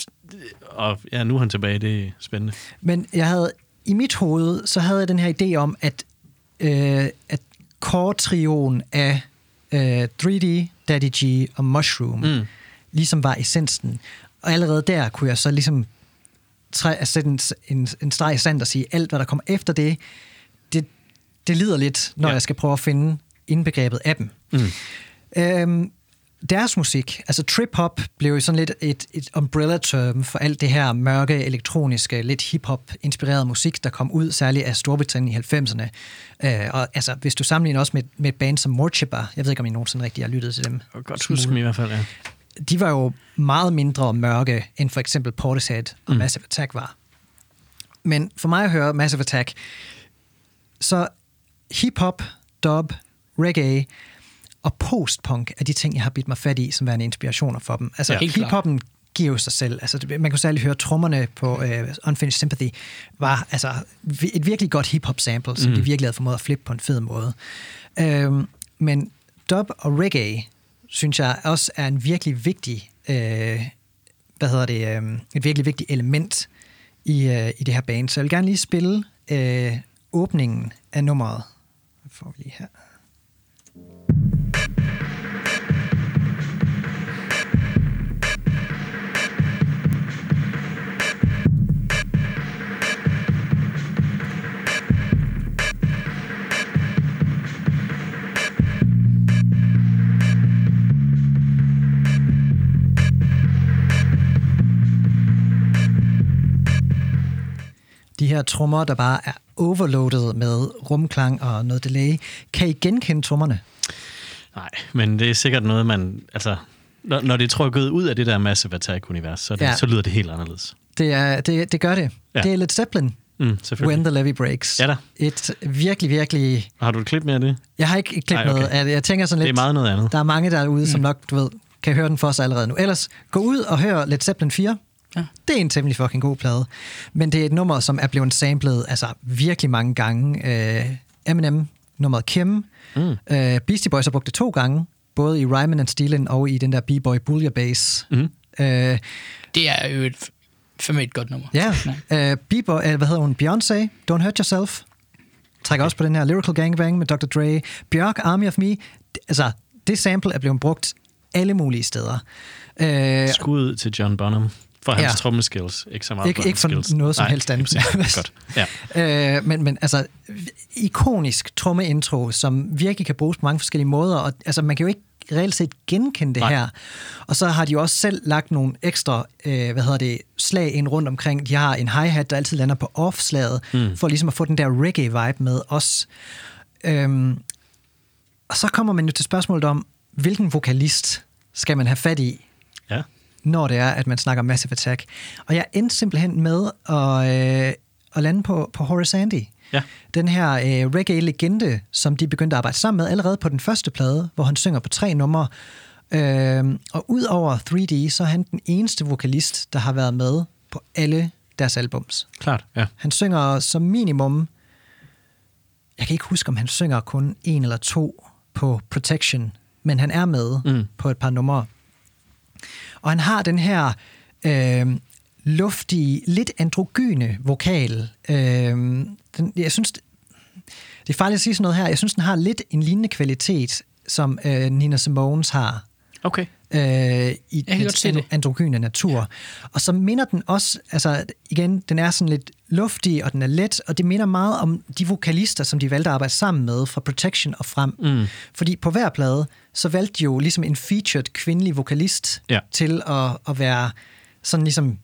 Og ja, nu er han tilbage. Det er spændende. Men jeg havde, i mit hoved, så havde jeg den her idé om, at, øh, at core-trioen af øh, tre D, Daddy G og Mushroom Mm. ligesom var essensen. Og allerede der kunne jeg så ligesom træ, sætte en, en, en streg i sand og sige, alt hvad der kommer efter det, det, det lider lidt, når Ja. jeg skal prøve at finde indbegrebet af dem. Mm. Øhm, deres musik, altså trip-hop, blev jo sådan lidt et, et umbrella-term for alt det her mørke, elektroniske, lidt hip-hop-inspirerede musik, der kom ud, særligt af Storbritannien i halvfemserne. Øh, og altså, hvis du sammenligner også med, med et band som Morchepa, jeg ved ikke, om I nogensinde rigtig har lyttet til dem. Jeg kan godt huske dem i hvert fald, ja. De var jo meget mindre mørke, end for eksempel Portishead og Mm. Massive Attack var. Men for mig at høre Massive Attack, så hip-hop, dub, reggae og post-punk er de ting, jeg har bidt mig fat i, som værende inspirationer for dem. Altså Ja, helt klart. hip-hoppen giver jo sig selv. Altså, det- man kunne særligt høre trommerne på uh, Unfinished Sympathy var altså vi- et virkelig godt hip-hop-sample, som Mm. de virkelig havde formået at flippe på en fed måde. Øhm, men dub og reggae, synes jeg også er en virkelig vigtig, øh, hvad hedder det, øh, et virkelig vigtigt element i, øh, i det her band. Så jeg vil gerne lige spille øh, åbningen af nummeret. Hvad får vi lige her? de her trommer, der bare er overloadet med rumklang og noget delay. Kan I genkende trommerne? Nej, men det er sikkert noget, man... Altså, når, når det er trukket ud af det der Massive Attack-univers, så, det, Ja. så lyder det helt anderledes. Det, er, det, det gør det. Ja. Det er Led Zeppelin, Mm, selvfølgelig. When the Levee Breaks. Ja da. Et virkelig, virkelig... Har du et klip med af det? Jeg har ikke klippet Nej, okay. noget af det. Jeg tænker sådan Det lidt... er meget noget andet. Der er mange derude, som nok, du ved, kan høre den for sig allerede nu. Ellers, gå ud og hør Led Zeppelin fire. Ja. Det er en temmelig fucking god plade. Men det er et nummer, som er blevet samlet altså virkelig mange gange. Øh, Eminem, nummeret Kim. Mm. Øh, Beastie Boys har brugt det to gange. Både i Rhymin' and Stealin' og i den der B-Boy Booyah-bass. Mm. Øh, Det er jo et, fandme et godt nummer. ja, Nej. øh, B-Boy, øh, hvad hedder hun? Beyoncé, Don't Hurt Yourself. Trækker også på den her Lyrical Gangbang med doktor Dre. Bjørk, Army of Me. Altså, det sample er blevet brugt alle mulige steder. Øh, Skud ud til John Bonham for hans Ja. ja. trommeskills. Ikke så meget Ikke, for ikke hans for skills. noget som Nej, helst andet. præcis. Godt. Ja. øh, men, men altså, ikonisk trommeintro, som virkelig kan bruges på mange forskellige måder, og altså, man kan jo ikke reelt set genkende det Nej. her. Og så har de jo også selv lagt nogle ekstra, øh, hvad hedder det, slag ind rundt omkring. De har en hi-hat, der altid lander på off-slaget, mm. for ligesom at få den der reggae-vibe med os. Øhm, og så kommer man jo til spørgsmålet om, hvilken vokalist skal man have fat i, Ja. når det er, at man snakker Massive Attack. Og jeg endte simpelthen med at, øh, at lande på, på Horace Andy. Ja. Den her øh, reggae-legende, som de begyndte at arbejde sammen med allerede på den første plade, hvor han synger på tre numre. Øh, og ud over tre D, så er han den eneste vokalist, der har været med på alle deres albums. Klart, ja. Han synger som minimum, jeg kan ikke huske, om han synger kun en eller to på Protection, men han er med mm. på et par numre. Og han har den her øh, luftige, lidt androgyne vokal. Øh, den, jeg synes, det, det er farligt at sige sådan noget her. Jeg synes, den har lidt en lignende kvalitet, som øh, Nina Simone's har. Okay. Øh, i kan godt se den det. androgyne natur. Ja. Og så minder den også, altså igen, den er sådan lidt luftig, og den er let, og det minder meget om de vokalister, som de valgte at arbejde sammen med fra Protection og frem. Mm. Fordi på hver plade, så valgte de jo ligesom en featured kvindelig vokalist Ja. til at, at være sådan ligesom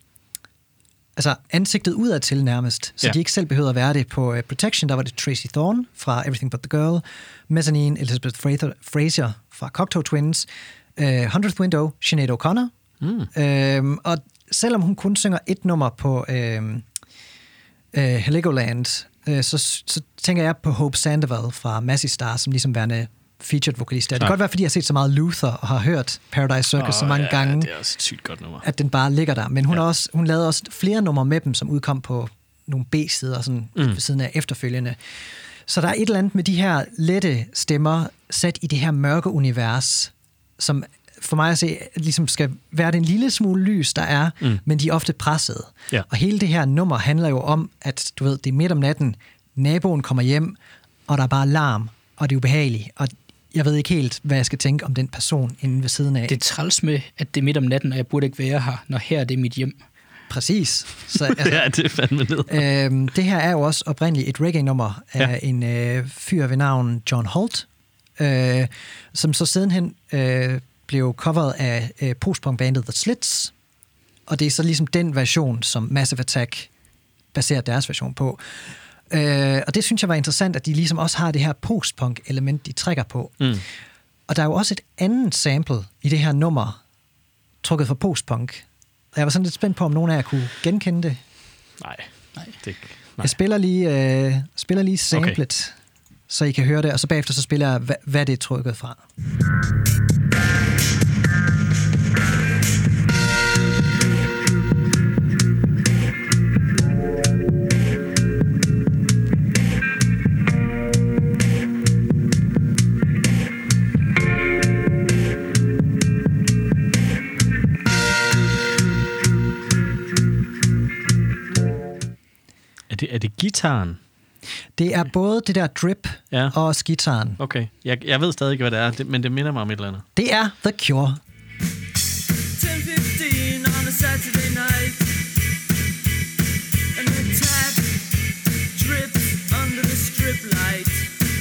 altså ansigtet udad til nærmest, så Ja. de ikke selv behøvede at være det. På uh, Protection, der var det Tracy Thorn fra Everything But The Girl, Mezzanine, Elizabeth Fraser, Fraser fra Cocteau Twins, uh, hundredth Window, Sinead O'Connor. Mm. Øhm, og selvom hun kun synger et nummer på øhm, øh, Heligoland, øh, så, så tænker jeg på Hope Sandoval fra Massive Star, som ligesom værende featured vokalist. Det kan godt være, fordi jeg har set så meget Luther og har hørt Paradise Circus oh, så mange ja, gange, det er også et sygt godt nummer. at den bare ligger der. Men hun, Ja. ja. også, hun lavede også flere numre med dem, som udkom på nogle B-sider sådan mm. ved siden af efterfølgende. Så der er et eller andet med de her lette stemmer sat i det her mørke univers, som for mig at se ligesom skal være den lille smule lys, der er, mm. men de er ofte presset. Ja. Og hele det her nummer handler jo om, at du ved, det er midt om natten, naboen kommer hjem, og der er bare larm, og det er ubehageligt. Og jeg ved ikke helt, hvad jeg skal tænke om den person inde ved siden af. Det er træls med, at det er midt om natten, og jeg burde ikke være her, når her er det mit hjem. Præcis. Så, altså, Ja, det er fandme ned. Øhm, det her er jo også oprindeligt et reggae-nummer af Ja. en øh, fyr ved navn John Holt, øh, som så sidenhen øh, blev coveret af øh, postpunk-bandet The Slits, og det er så ligesom den version, som Massive Attack baserer deres version på. Øh, og det synes jeg var interessant, at de ligesom også har det her postpunk-element, de trækker på. Mm. Og der er jo også et andet sample i det her nummer, trukket fra postpunk. Og jeg var sådan lidt spændt på, om nogen af jer kunne genkende det. Nej, Nej. det er ikke. Nej. Jeg spiller lige, øh, spiller lige samplet, okay, så I kan høre det, og så bagefter så spiller jeg, hvad, hvad det er trykket fra. Er det, er det gitaren? Det er både det der drip Ja. og også guitaren. Okay. Jeg, jeg ved stadig ikke, hvad det er, det, men det minder mig om et eller andet. Det er The Cure. ten fifteen on a Saturday night, and the tap drips under the strip light,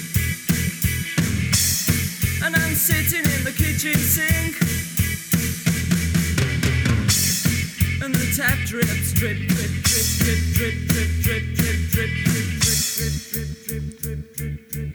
and I'm sitting in the kitchen sink, and the tap drips, drip, drip, drip, drip, drip, drip, drip, drip, drip, drip, drip, drip, drip, drip,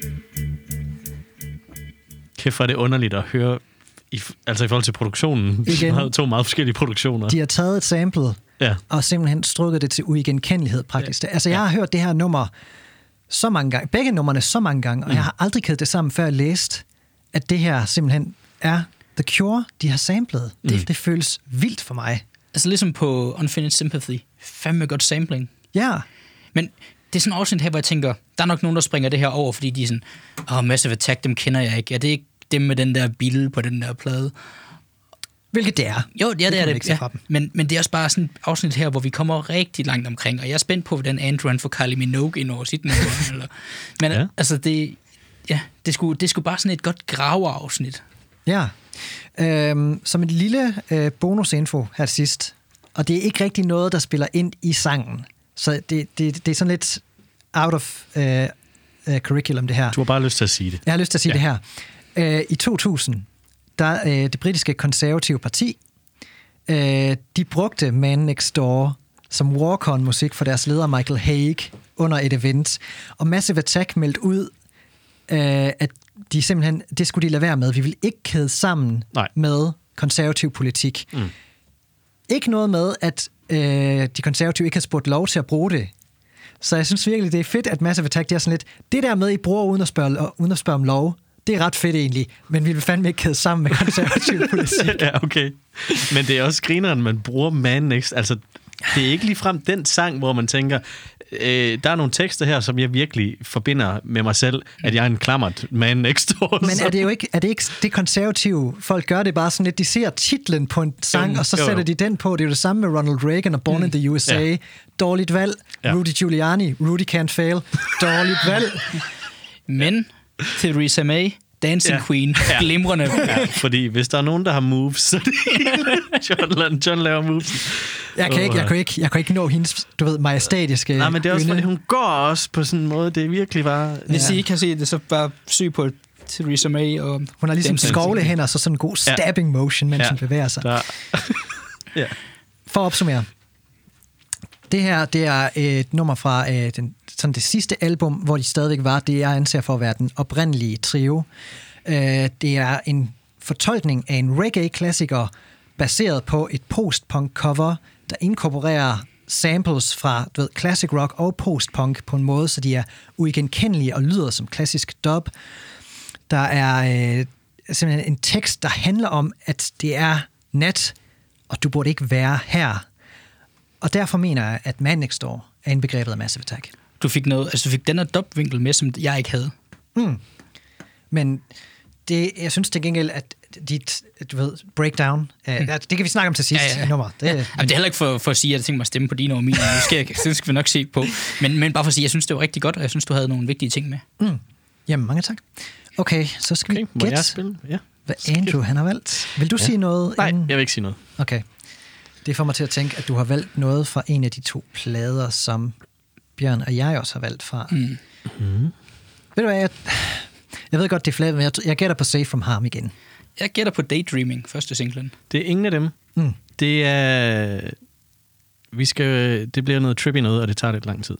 drip. Kæft, hvor er det underligt at høre, i, altså i forhold til produktionen. Igen. Meget, to meget forskellige produktioner. De har taget et sample, Ja. og simpelthen strukket det til uigenkendelighed praktisk. Ja. Altså, jeg har hørt det her nummer så mange gange, begge numrene så mange gange, og mm. jeg har aldrig kædet det sammen, før jeg læste, at det her simpelthen er The Cure, de har samlet. Mm. Det, det føles vildt for mig. Altså ligesom på Unfinished Sympathy. Fandme godt sampling. Ja. Men det er sådan også her, hvor jeg tænker, der er nok nogen, der springer det her over, fordi de er sådan, åh, oh, Massive Attack, dem kender jeg ikke. Er det ikke dem med den der bil på den der plade? Hvilket det er. Jo, ja, det, det er det. Ja. Men, men det er også bare sådan et afsnit her, hvor vi kommer rigtig langt omkring, og jeg er spændt på, hvordan Andrew han får Kylie Minogue ind over sit nummer. eller. Men Ja. altså, det, ja, det, skulle, det skulle bare sådan et godt graveafsnit. Ja. Øhm, som en lille øh, bonusinfo her til sidst, og det er ikke rigtig noget, der spiller ind i sangen. Så det, det, det er sådan lidt out of øh, øh, curriculum, det her. Du har bare lyst til at sige det. Jeg har lyst til at sige Ja. det her. Øh, I to tusind, der øh, det britiske konservative parti, øh, de brugte Man Next Door som walk-on-musik for deres leder Michael Hague under et event. Og Massive Attack meldte ud, øh, at de simpelthen, det skulle de lade være med. Vi vil ikke kæde sammen Nej. med konservativ politik. Mm. Ikke noget med, at øh, de konservative ikke har spurgt lov til at bruge det. Så jeg synes virkelig, det er fedt, at Massive Attack, det er sådan lidt, det der med, I bruger uden at spørge, uden at spørge om lov, det er ret fedt egentlig, men vi vil fandme ikke kæde sammen med konservativ politik. Ja, okay. Men det er også grineren, man bruger Man Next. Altså, det er ikke ligefrem den sang, hvor man tænker, øh, der er nogle tekster her, som jeg virkelig forbinder med mig selv, at jeg er en klammert Man Next Door. Men er det jo ikke, er det ikke det konservative? Folk gør det bare sådan lidt, de ser titlen på en sang, Jo, og så jo, sætter jo. de den på. Det er jo det samme med Ronald Reagan og Born mm. in the U S A. Ja. Dårligt valg. Ja. Rudy Giuliani. Rudy can't fail. Dårligt valg. Men Theresa May, Dancing Ja. Queen, glimrende. Ja, fordi hvis der er nogen, der har moves, så er det John, John laver moves. Jeg kan, ikke, jeg, kan ikke, jeg kan ikke nå hendes, du ved, majestætiske Nej, men det er også, ynde. fordi hun går også på sådan en måde. Det er virkelig bare... Hvis I ikke kan se det, så bare syg på Theresa May. Og Hun har ligesom Dancing skovlehænder, så sådan en god stabbing motion, mens Ja. hun bevæger sig. Der... ja. For at opsummere. Det her, det er et nummer fra øh, den, sådan det sidste album, hvor de stadigvæk var det, jeg anser for at være den oprindelige trio. Øh, det er en fortolkning af en reggae-klassiker, baseret på et post-punk cover, der inkorporerer samples fra du ved, classic rock og post-punk på en måde, så de er uigenkendelige og lyder som klassisk dub. Der er øh, simpelthen en tekst, der handler om, at det er nat, og du burde ikke være her. Og derfor mener jeg, at Man Next Door er indbegrebet af Massive Attack. Du fik noget, altså du fik den her dubvinkel med, som jeg ikke havde. Mm. Men det, jeg synes til gengæld, at dit, du ved, breakdown, mm. uh, det kan vi snakke om til sidst Ja, ja, ja. i nummer. Det, Ja. Jamen, det er heller ikke for, for at sige, at jeg tænker mig at stemme på dine over mine. Det skal, jeg, det skal vi nok se på. Men, men bare for at sige, at jeg synes, det var rigtig godt, og jeg synes, du havde nogle vigtige ting med. Mm. Jamen, mange tak. Okay, så skal Okay, vi må jeg gætte, spille? Ja. hvad Andrew han har valgt. Vil du Ja. sige noget? Nej, inden? jeg vil ikke sige noget. Okay. Det får mig til at tænke, at du har valgt noget fra en af de to plader, som Bjørn og jeg også har valgt fra. Mm. Mm-hmm. Ved du hvad, jeg, jeg ved godt, det er fladt, men jeg, jeg gætter på Safe From Harm igen. Jeg gætter på Daydreaming, første singlen. Det er ingen af dem. Mm. Det er... Vi skal... Det bliver noget trippy noget, og det tager lidt lang tid.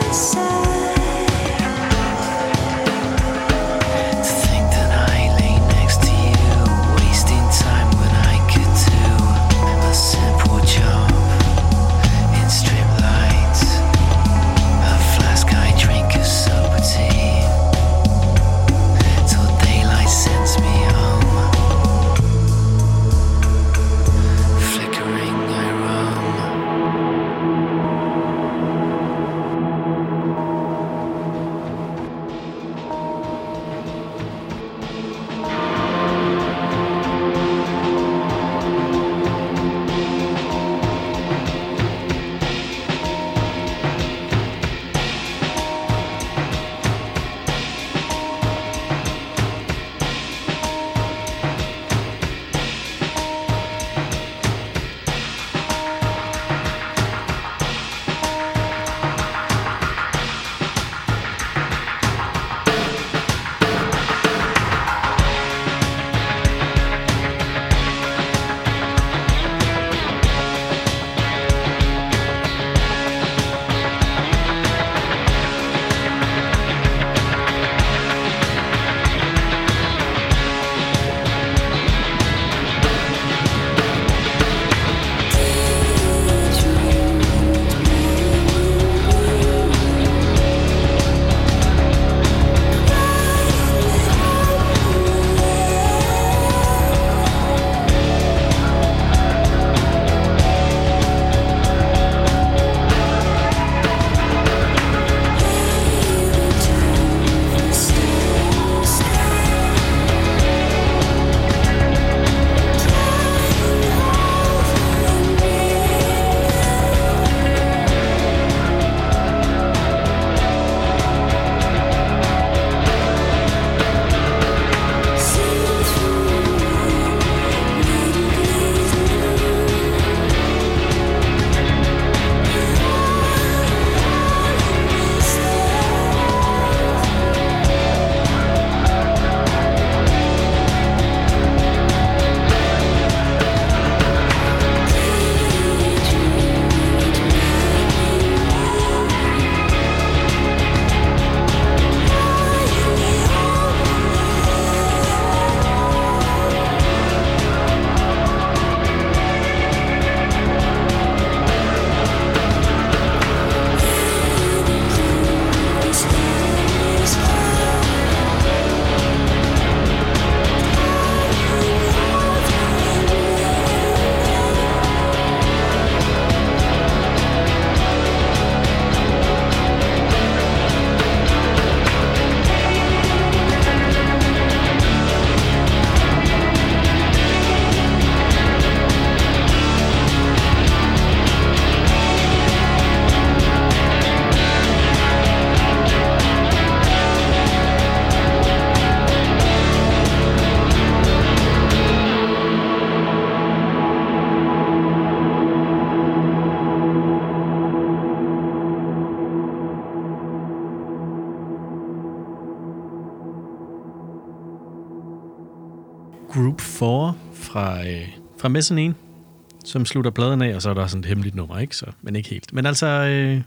Group fire fra, øh, fra Mezzanine, som slutter pladen af, og så er der sådan et hemmeligt nummer, ikke? Så, men ikke helt. Men altså, øh,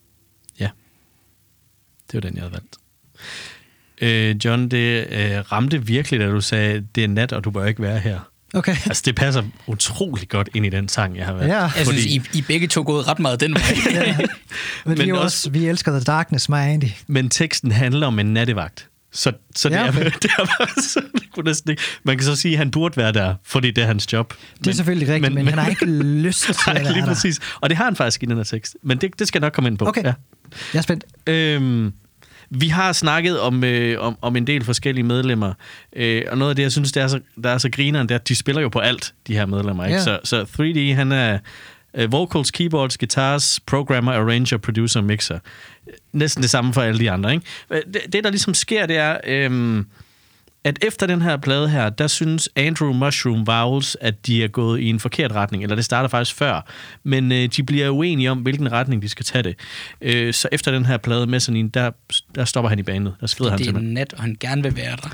ja, det var den, jeg havde valgt. Øh, John, det øh, ramte virkelig, da du sagde, det er nat, og du bør ikke være her. Okay. Altså, det passer utrolig godt ind i den sang, jeg har valgt. Ja. Jeg synes, I, I begge to gået ret meget den vej. Ja. Men, men vi, også, også, vi elsker The Darkness, mig og Andy. Men teksten handler om en nattevagt. Så, så det, Ja, okay. er, det er bare så, det kunne næsten ikke. Man kan så sige, at han burde være der, fordi det er hans job. Det er selvfølgelig rigtigt, men, men, men han har ikke lyst til at nej, være lige der. præcis. Og det har han faktisk i den her tekst. Men det, det skal jeg nok komme ind på. Okay, Ja. jeg er spændt. Øhm, vi har snakket om, øh, om, om en del forskellige medlemmer, øh, og noget af det, jeg synes, der er så, der er så grineren, det er, at de spiller jo på alt, de her medlemmer. Ikke? Ja. Så, så tre D, han er øh, vocals, keyboards, guitars, programmer, arranger, producer, mixer. Næsten det samme for alle de andre. Ikke? Det, det, der ligesom sker, det er, øh, at efter den her plade her, der synes Andrew Mushroom Vowels, at de er gået i en forkert retning, eller det starter faktisk før, men øh, de bliver uenige om, hvilken retning de skal tage det. Øh, så efter den her plade med sådan en, der, der stopper han i banen. Der skrider han Det er simpelthen. nat, og han gerne vil være der.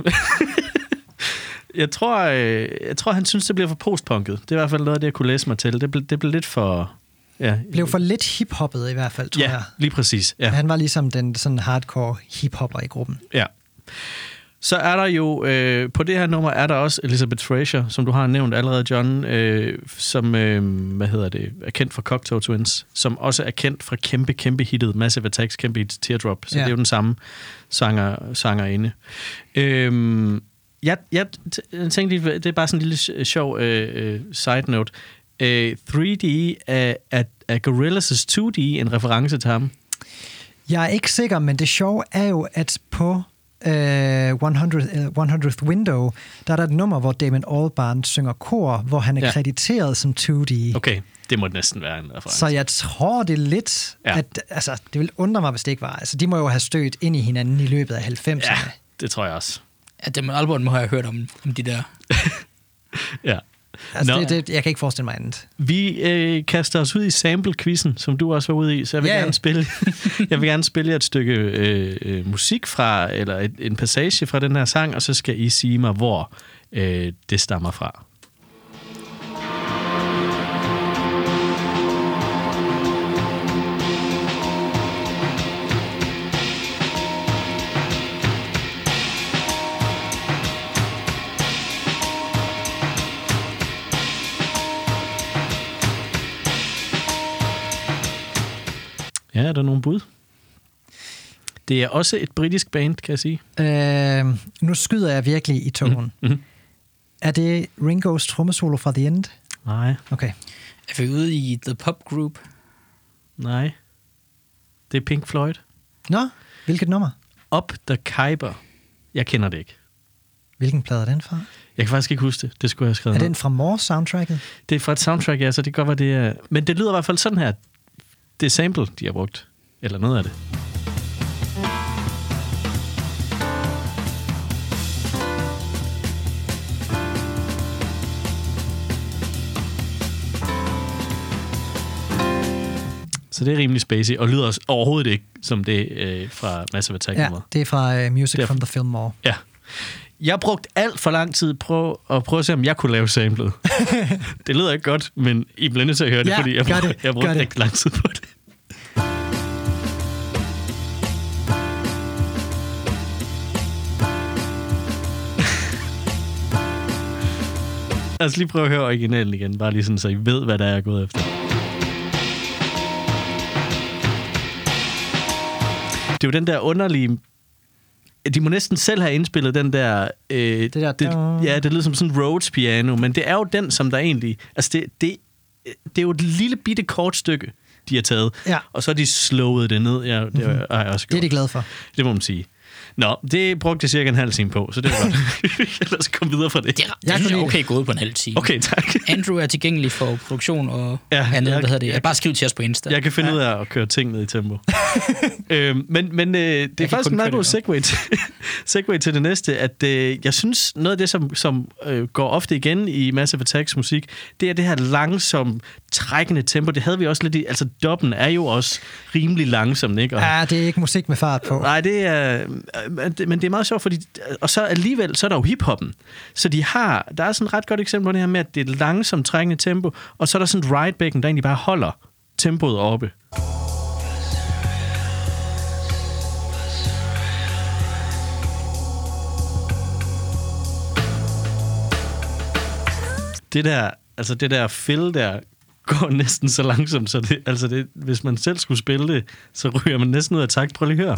Jeg tror, øh, jeg tror, han synes, det bliver for postpunket. Det er i hvert fald noget af det, jeg kunne læse mig til. Det blev, det blev lidt for... ja. Blev for lidt hiphoppet i hvert fald, tror ja, jeg. lige præcis. Ja. Han var ligesom den sådan hardcore hiphopper i gruppen. Ja. Så er der jo, øh, på det her nummer er der også Elizabeth Fraser, som du har nævnt allerede, John, øh, som, øh, hvad hedder det, er kendt fra Cocteau Twins, som også er kendt fra kæmpe, kæmpe hittet Massive Attacks, kæmpe hit Teardrop. Så Ja. det er jo den samme sanger, sangerinde. Øh, jeg, jeg tænkte lige, det er bare sådan en lille sjov øh, side note. Øh, tre D er, er, er Gorillaz' to D en reference til ham? Jeg er ikke sikker, men det sjove er jo, at på Uh, hundrede, uh, hundredth Window, der er der et nummer, hvor Damon Albarn synger kor, hvor han er Ja. krediteret som to D. Okay, det må næsten være en reference. Så jeg tror, det er lidt, Ja. ja. at altså, det vil undre mig, hvis det ikke var. Altså, de må jo have stødt ind i hinanden i løbet af halvfemserne. Ja, det tror jeg også. Ja, dem Albert må have hørt om, om de der. Ja. Altså, Nå. det, det, jeg kan ikke forestille mig andet. Vi øh, kaster os ud i sample-quizzen, som du også var ude i, så jeg vil Ja, ja. gerne spille jeg vil gerne spille et stykke øh, øh, musik fra, eller et, en passage fra den her sang, og så skal I sige mig, hvor øh, det stammer fra. Ja, er der nogle bud? Det er også et britisk band, kan jeg sige. Øh, nu skyder jeg virkelig i togen. Mm-hmm. Er det Ringos trommesolo fra The End? Nej, Okay. Er vi ude i The Pop Group? nej. Det er Pink Floyd. Nå, hvilket nummer? Up the Khyber. Jeg kender det ikke. Hvilken plade er den fra? Jeg kan faktisk ikke huske det. Det skulle jeg have skrevet Er ned. den fra More-soundtracket? Det er fra et soundtrack, ja, så det kan godt være, det er... Men det lyder i hvert fald sådan her. Det er sample, de har brugt. Eller noget af det. Så det er rimelig spacey, og lyder også overhovedet ikke som det øh, fra Massive Attack. Ja, det er fra uh, Music Det er- from the Film More. Ja. Jeg brugte alt for lang tid på at prøve at se, om jeg kunne lave samlet. Det lyder ikke godt, men I bliver nødt til at høre det, Ja, fordi jeg gør brugte, det, jeg brugte gør det. rigtig lang tid på det. Lad os lige prøve at høre originalen igen, bare lige sådan, så I ved, hvad der er jeg er gået efter. Det er jo den der underlige... De må næsten selv have indspillet den der... Øh, det der- det, ja, det lyder som sådan en Rhodes piano, men det er jo den, som der egentlig... Altså, det, det, det er jo et lille bitte kort stykke, de har taget, Ja. og så har de slået det ned. Ja, det mm-hmm. har jeg også Det er gjort. de glade for. Det må man sige. Nå, det brugte jeg cirka en halv time på, så det er godt. Lad os komme videre fra det. Det er, Jeg det synes kunne jeg er lide okay gået på en halv time. Okay, tak. Andrew er tilgængelig for produktion og Ja, ja, andet, jeg- hvad hedder det? jeg- Jeg, bare skriv til os på Insta. Jeg kan finde ja. ud af at køre ting ned i tempo. øhm, men men øh, det er kan faktisk kun en meget køre god det segway til, segway til det næste, at øh, jeg synes, noget af det, som, som øh, går ofte igen i Massive Attacks musik, det er det her langsomt trækkende tempo. Det havde vi også lidt i... Altså, dubben er jo også rimelig langsom, ikke? Og, Ja, det er ikke musik med fart på. Nej, det er... øh, Men det, men det er meget sjovt, fordi... Og så alligevel, så er der jo hiphoppen. Så de har... Der er sådan et ret godt eksempel på det her med, at det er langsomt trækkende tempo, og så er der sådan et ride-backen, der egentlig bare holder tempoet oppe. Det der... Altså det der fill der går næsten så langsomt, så det, altså det, hvis man selv skulle spille det, så ryger man næsten ud af takt. Prøv lige at høre.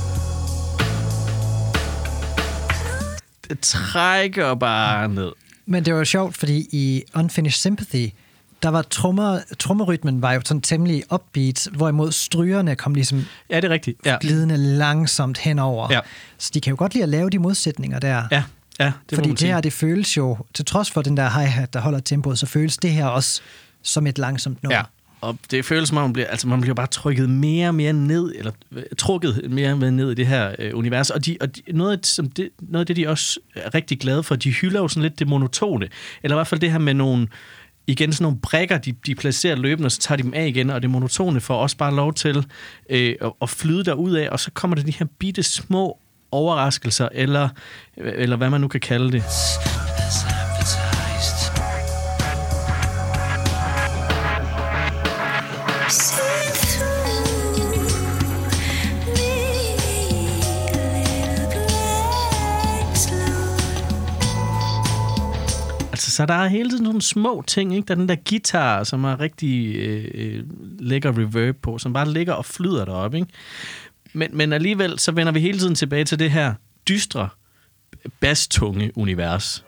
Det trækker bare ned. Men det var jo sjovt, fordi i Unfinished Sympathy, der var trommer, trommerytmen var jo sådan temmelig upbeat, hvorimod strygerne kom ligesom Ja, det er rigtigt. Ja, glidende langsomt henover. Ja. Så de kan jo godt lide at lave de modsætninger der. ja, ja det må fordi man det sige. her, det føles jo, til trods for den der hi-hat, der holder tempoet, så føles det her også som et langsomt nummer. Ja, og det føles som om, man bliver, altså man bliver bare trykket mere og mere ned, eller øh, trukket mere og mere ned i det her øh, univers. Og, de, og de, noget, af, som det, noget af det, de også er rigtig glade for, de hylder jo sådan lidt det monotone. Eller i hvert fald det her med nogle, igen sådan nogle brækker, de, de placerer løbende, og så tager de dem af igen, og det monotone får også bare lov til øh, at, at flyde derud af, og så kommer der de her bitte små overraskelser, eller, eller hvad man nu kan kalde det. Say så der er hele tiden nogle små ting, ikke? Der er den der guitar, som er rigtig øh, lækker reverb på, som bare ligger og flyder deroppe, ikke? Men, men alligevel, så vender vi hele tiden tilbage til det her dystre, basstunge univers.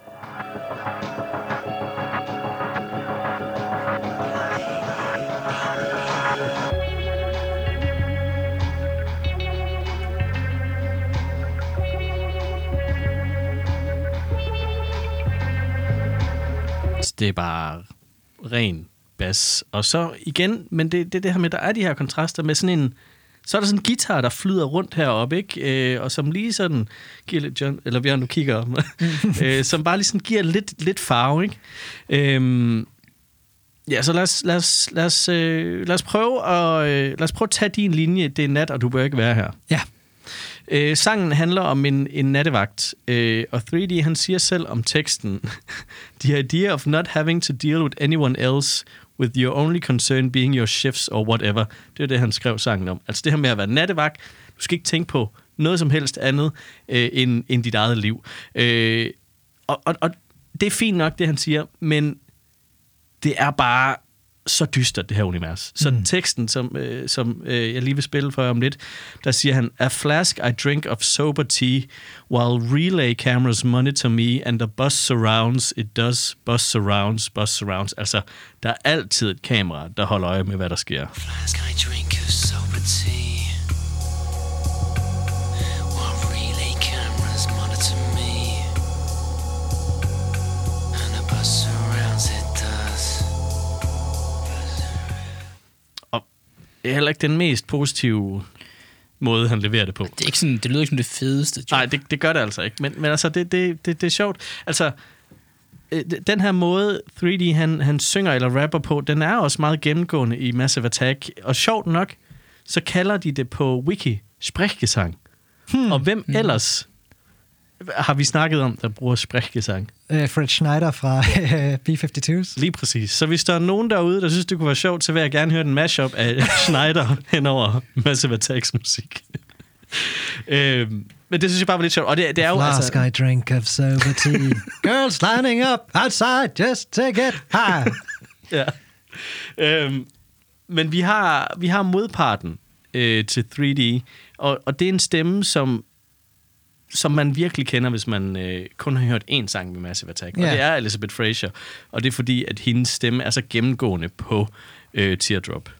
Det er bare ren bas. Og så igen, men det er det, det her med, der er de her kontraster med sådan en, så er der sådan en guitar, der flyder rundt heroppe, ikke? Øh, og som lige sådan giver lidt, John, eller Bjørn, du kigger om, øh, som bare lige sådan giver lidt, lidt farve, ikke? Øh, ja, så lad os, lad os, lad os, øh, lad os prøve at, øh, lad os prøve at tage din linje, det er nat, og du bør ikke være her. Ja. Øh, sangen handler om en, en nattevagt, øh, og tre D han siger selv om teksten, the idea of not having to deal with anyone else, with your only concern being your shifts or whatever. Det er det, han skrev sangen om. Altså det her med at være nattevagt, du skal ikke tænke på noget som helst andet øh, end, end dit eget liv. Øh, og, og, og det er fint nok, det han siger, men det er bare så dystert, det her univers. Så mm. teksten, som, øh, som øh, jeg lige vil spille for jer om lidt, der siger han, a flask I drink of sober tea, while relay cameras monitor me, and the bus surrounds, it does, bus surrounds, bus surrounds. Altså, der er altid et kamera, der holder øje med, hvad der sker. Flask I drink of sober tea, while relay cameras monitor me, and the bus surrounds, it does. Det er heller ikke den mest positive måde, han leverer det på. Det, er ikke sådan, det lyder ikke som det fedeste job. Nej, det, det gør det altså ikke. Men, men altså, det, det, det, det er sjovt. Altså, den her måde, tre D han, han synger eller rapper på, den er også meget gennemgående i Massive Attack. Og sjovt nok, så kalder de det på Wiki Sprechgesang. Hmm. Og hvem hmm. ellers har vi snakket om, der bruger Sprechgesang? Uh, Fred Schneider fra uh, B halvfems. Lige præcis. Så hvis der er nogen derude, der synes, det kunne være sjovt, så vil jeg gerne høre en mashup af Schneider hen over Massive Attacks musik. øhm, men det synes jeg bare var lidt sjovt. Og det, det er jo Flask altså... I drink of sober tea. Girls lining up outside just to get high. ja. Øhm, men vi har, vi har modparten øh, til tre D, og, og det er en stemme, som som man virkelig kender, hvis man øh, kun har hørt én sang med Massive Attack. Og yeah. det er Elizabeth Fraser. Og det er fordi, at hendes stemme er så gennemgående på øh, Teardrop.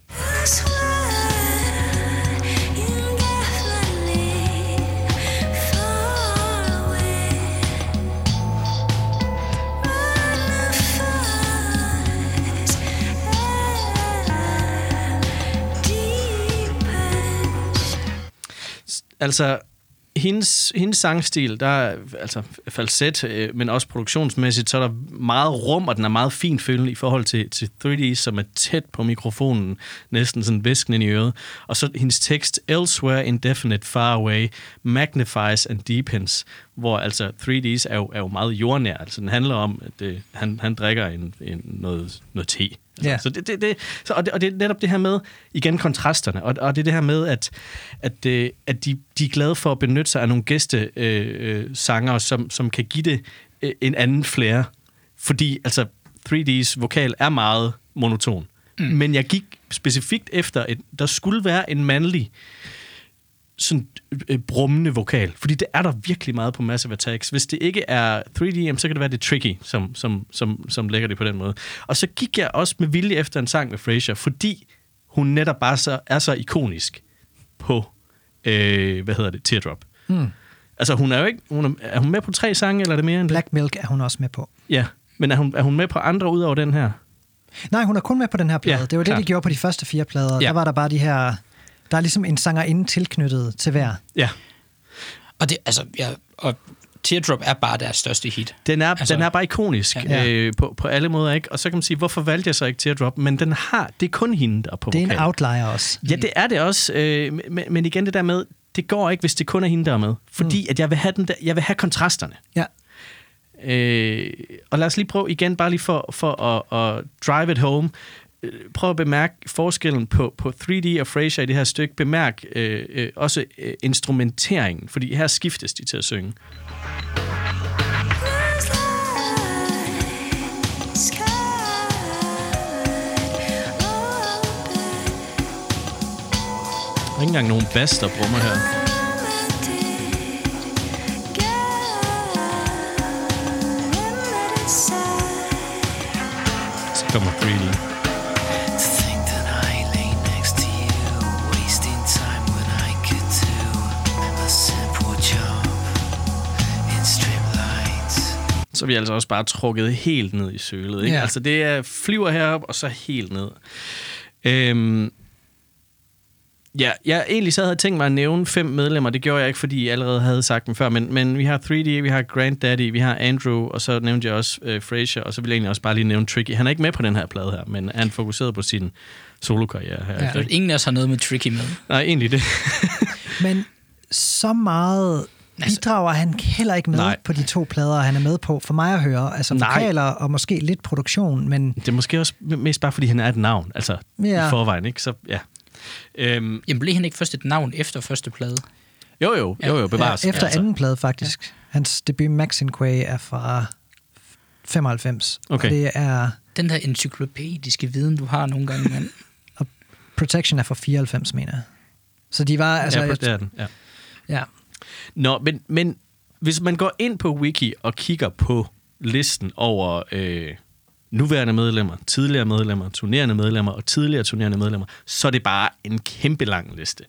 Altså, hendes, hendes sangstil, der er altså falset, øh, men også produktionsmæssigt, så er der meget rum, og den er meget finfølende i forhold til, til tre D, som er tæt på mikrofonen, næsten sådan visken ind i øret. Og så hendes tekst, Elsewhere, Indefinite, Far Away, Magnifies and Deepens, hvor altså tre D's er jo, er jo meget jordnær. Altså den handler om, at det, han, han drikker en, en, noget, noget te. Altså, Yeah. Så det, det, det, så, og, det, og det er netop det her med, igen kontrasterne, og, og det er det her med, at, at, at de, de er glade for at benytte sig af nogle gæstesanger, øh, som, som kan give det øh, en anden flair. Fordi altså tre D's vokal er meget monoton. Mm. Men jeg gik specifikt efter, at der skulle være en mandlig sådan øh, brummende vokal, fordi det er der virkelig meget på Massive Attacks. Hvis det ikke er tre D, så kan det være det Tricky, som, som, som, som lægger det på den måde. Og så gik jeg også med vilje efter en sang med Fraser, fordi hun netop bare så, er så ikonisk på, øh, hvad hedder det, Teardrop. Mm. Altså hun er jo ikke, hun er, er hun med på tre sange, eller er det mere end det? Black Milk er hun også med på. Ja, men er hun, er hun med på andre ud over den her? Nej, hun er kun med på den her plade. Ja, det var klart. det, de gjorde på de første fire plader. Ja. Der var der bare de her... Der er ligesom en sangerinde tilknyttet til hver. Ja. Og det, altså, ja, og Teardrop er bare deres største hit. Den er, altså, den er bare ikonisk ja. øh, på, på alle måder, ikke? Og så kan man sige, hvorfor valgte jeg så ikke Teardrop? Men den har, det er kun hende, der er på Det er vokal. en outlier også. Ja, det er det også. Øh, men, men igen det der med, det går ikke, hvis det kun er hende, der er med. Fordi mm. at jeg vil have, den der, jeg vil have kontrasterne. Ja. Øh, og lad os lige prøve igen, bare lige for, for at, at drive it home. Prøv at bemærke forskellen på, på tre D og Fraser i det her stykke. Bemærk øh, øh, også øh, instrumenteringen, fordi her skiftes de til at synge. er ikke engang nogen bass, der brummer her. Så kommer three D. Så er vi altså også bare trukket helt ned i sølet. Ikke? Ja. Altså det er flyver herop og så helt ned. Øhm, ja, jeg egentlig så havde tænkt mig at nævne fem medlemmer. Det gjorde jeg ikke, fordi jeg allerede havde sagt dem før. Men, men vi har three D, vi har Granddaddy, vi har Andrew, og så nævnte jeg også øh, Frasier, og så vil jeg egentlig også bare lige nævne Tricky. Han er ikke med på den her plade her, men han fokuseret på sin solokarriere her. Ja. Så ingen af os har noget med Tricky med. Nej, egentlig det. Men så meget bidrager han heller ikke med Nej. på de to plader, han er med på, for mig at høre. Altså Nej. vokaler og måske lidt produktion, men Det er måske også mest bare, fordi han er et navn, altså Ja. i forvejen, ikke? Så ja. Øhm, Jamen, blev han ikke først et navn efter første plade? jo, jo, jo, jo, bevares. ja, efter altså. anden plade faktisk. Ja. Hans debut Maxinquay er fra femoghalvfems. Okay. Og det er Den der encyklopædiske viden, du har nogle gange, mand. Protection er fra fireoghalvfems, mener jeg. Så de var altså... Ja, det er den, ja. ja. Nå, men, men hvis man går ind på Wiki og kigger på listen over øh, nuværende medlemmer, tidligere medlemmer, turnerende medlemmer og tidligere turnerende medlemmer, så er det bare en kæmpe lang liste.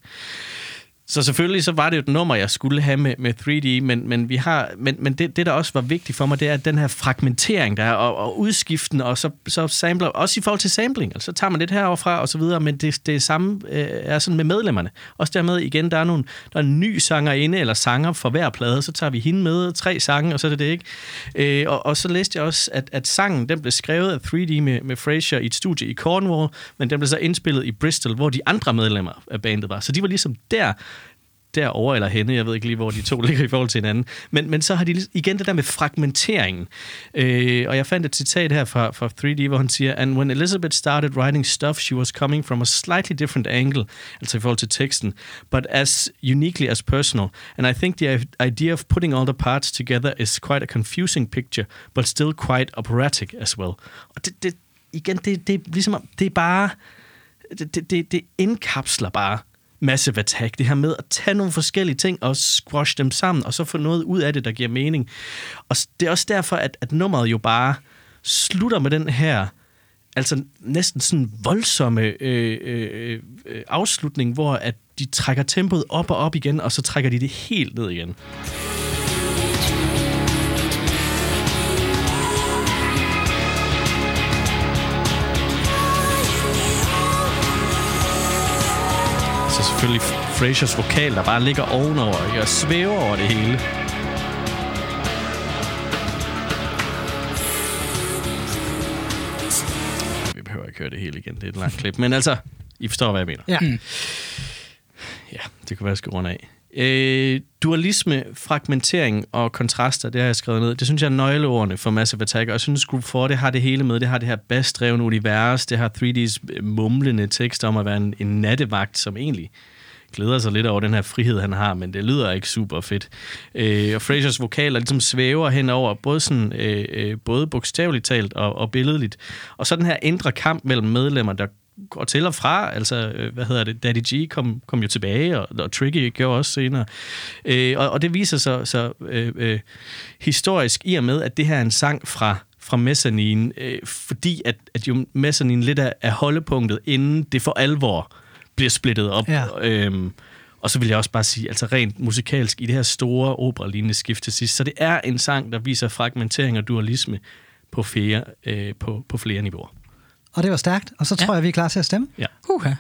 Så selvfølgelig så var det jo et nummer, jeg skulle have med, med three D, men, men, vi har, men, men det, det, der også var vigtigt for mig, det er den her fragmentering, der er, og, og udskiften, og så, så sampler, også i forhold til sampling, altså så tager man lidt heroverfra og så videre, men det, det samme øh, er sådan med medlemmerne. Også dermed igen, der er, nogle, der er en ny sanger inde, eller sanger for hver plade, så tager vi hende med, tre sange, og så er det det, ikke? Øh, og, og så læste jeg også, at, at sangen, den blev skrevet af three D med, med Frasier i et studie i Cornwall, men den blev så indspillet i Bristol, hvor de andre medlemmer af bandet var. Så de var ligesom der, derovre eller henne, jeg ved ikke lige, hvor de to ligger i forhold til hinanden. Men, men så har de igen det der med fragmenteringen. Øh, og jeg fandt et citat her fra, fra three D, hvor han siger, and when Elizabeth started writing stuff, she was coming from a slightly different angle, altså i forhold til teksten, but as uniquely as personal. And I think the idea of putting all the parts together is quite a confusing picture, but still quite operatic as well. Og det, det igen, det, det er ligesom, det er bare, det, det, det, det indkapsler bare Massive Attack. Det her med at tage nogle forskellige ting og squash dem sammen, og så få noget ud af det, der giver mening. Og det er også derfor, at, at nummeret jo bare slutter med den her, altså næsten sådan voldsomme øh, øh, øh, afslutning, hvor at de trækker tempoet op og op igen, og så trækker de det helt ned igen. Så selvfølgelig Frasiers vokal, der bare ligger ovenover, ikke? Og svæver over det hele. Vi behøver ikke høre det hele igen, det er et langt klip. Men altså, I forstår, hvad jeg mener. Ja. Mm. Ja, det kunne være, jeg skal runde af. Øh, dualisme, fragmentering og kontraster, det har jeg skrevet ned. Det synes jeg er nøgleordene for Massive Attack, og jeg synes, Group four, det har det hele med. Det har det her bassdrevne univers, det har three D's mumlende tekst om at være en, en nattevagt, som egentlig glæder sig lidt over den her frihed, han har, men det lyder ikke super fedt. Øh, og Frasiers vokaler ligesom svæver henover, både, sådan, øh, øh, både bogstaveligt talt og, og billedligt. Og så den her indre kamp mellem medlemmer, der går til og fra, altså, øh, hvad hedder det, Daddy G kom, kom jo tilbage, og, og Tricky gjorde også senere. Øh, og, og det viser sig så øh, øh, historisk i og med, at det her er en sang fra fra Mezzanine, øh, fordi at, at jo Mezzanine lidt er, er holdepunktet, inden det for alvor bliver splittet op. Ja. Øhm, og så vil jeg også bare sige, altså rent musikalsk, i det her store opera-lignende skift til sidst, så det er en sang, der viser fragmentering og dualisme på flere, øh, på, på flere niveauer. Og det var stærkt, og så tror Ja. jeg, vi er klar til at stemme. Ja. Uh-huh.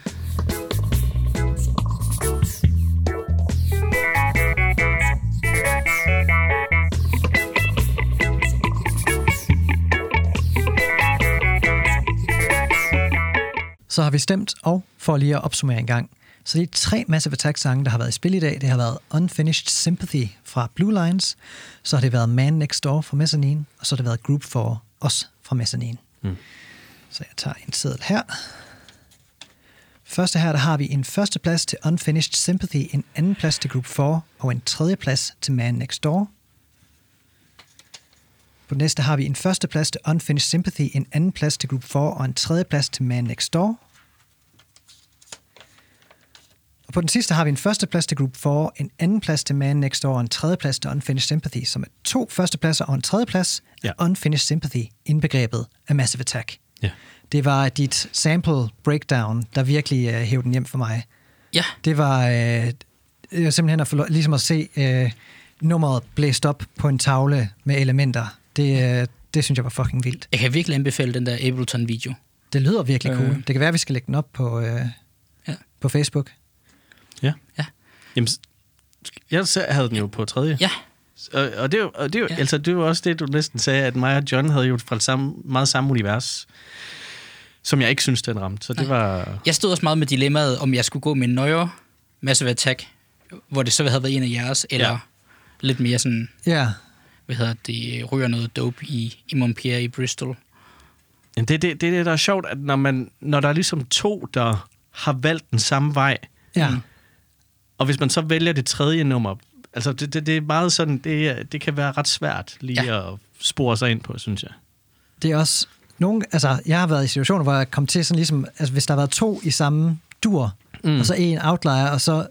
Så har vi stemt, og for lige at opsummere en gang. Så det er tre Massive Attack-sange, der har været i spil i dag. Det har været Unfinished Sympathy fra Blue Lines, så har det været Man Next Door fra Mezzanine, og så har det været Group four, også fra Mezzanine. Mm. Så jeg tager en seddel her. Første her, der har vi en første plads til Unfinished Sympathy, en anden plads til Group four, og en tredje plads til Man Next Door. På den næste har vi en første plads til Unfinished Sympathy, en anden plads til Group four og en tredje plads til Man Next Door. Og på den sidste har vi en første plads til Group fire, en anden plads til Man Next Door, og en tredje plads til Unfinished Sympathy, som er to førstepladser og en tredje plads Ja. af Unfinished Sympathy, indbegrebet af Massive Attack. Ja. Det var dit sample breakdown, der virkelig uh, hævde den hjem for mig. Ja, Det var, øh, det var simpelthen at få, lov- ligesom at se øh, nummeret blæst op på en tavle med elementer. Det, øh, det synes jeg var fucking vildt. jeg kan virkelig anbefale den der Ableton-video. Det lyder virkelig cool. Øh. Det kan være, at vi skal lægge den op på, øh, Ja. på Facebook. Ja. Ja. Jamen, s- jeg selv havde den jo på tredje. Ja, Og, og det er jo, og det er jo Ja. altså, det var også det, du næsten sagde, at mig og John havde jo fra det samme, meget samme univers, som jeg ikke synes, den ramte. Så det var... jeg stod også meget med dilemmaet, om jeg skulle gå med en nøjere Massive Attack, hvor det så havde været en af jeres, eller Ja. ja. lidt mere sådan, Ja, hvad hedder det, ryger noget dope i, i Montpellier i Bristol. Men det er det, det, er det, der er sjovt, at når, man, når der er ligesom to, der har valgt den samme vej, ja. Mm. og hvis man så vælger det tredje nummer, altså det, det, det er meget sådan, det, er- det kan være ret svært lige ja. at spore sig ind på, synes jeg. Det er også nogle, altså jeg har været i situationer, hvor jeg kom til sådan ligesom, altså hvis der har været to i samme dur, mm. og så en outlier, og så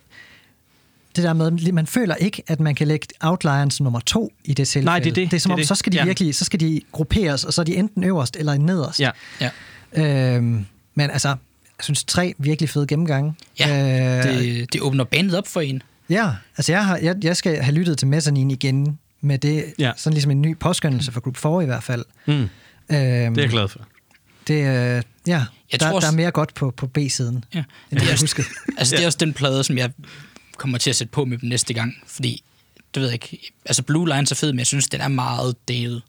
det der med, man føler ikke, at man kan lægge outlieren som nummer to i det tilfælde. Nej, det er det. Det er som Det er om, det. så skal de Ja. virkelig, så skal de grupperes, og så er de enten øverst eller nederst. Ja. Ja, Øhm, men altså, jeg synes tre virkelig fede gennemgange. ja Øh, det, det åbner bandet op for en. Ja, altså jeg, har, jeg, jeg skal have lyttet til Mezzanine igen med det, Ja. sådan ligesom en ny påskyndelse for Group fire i hvert fald. Mm, Øhm, det er jeg glad for. Det, øh, ja, Jeg der, tror også- der er mere godt på, på B-siden, Ja. end Det jeg er, husker. altså, det er også den plade, som jeg kommer til at sætte på med dem næste gang, fordi, det ved jeg ikke, altså Blue Lines er fed, men jeg synes, den er meget dated.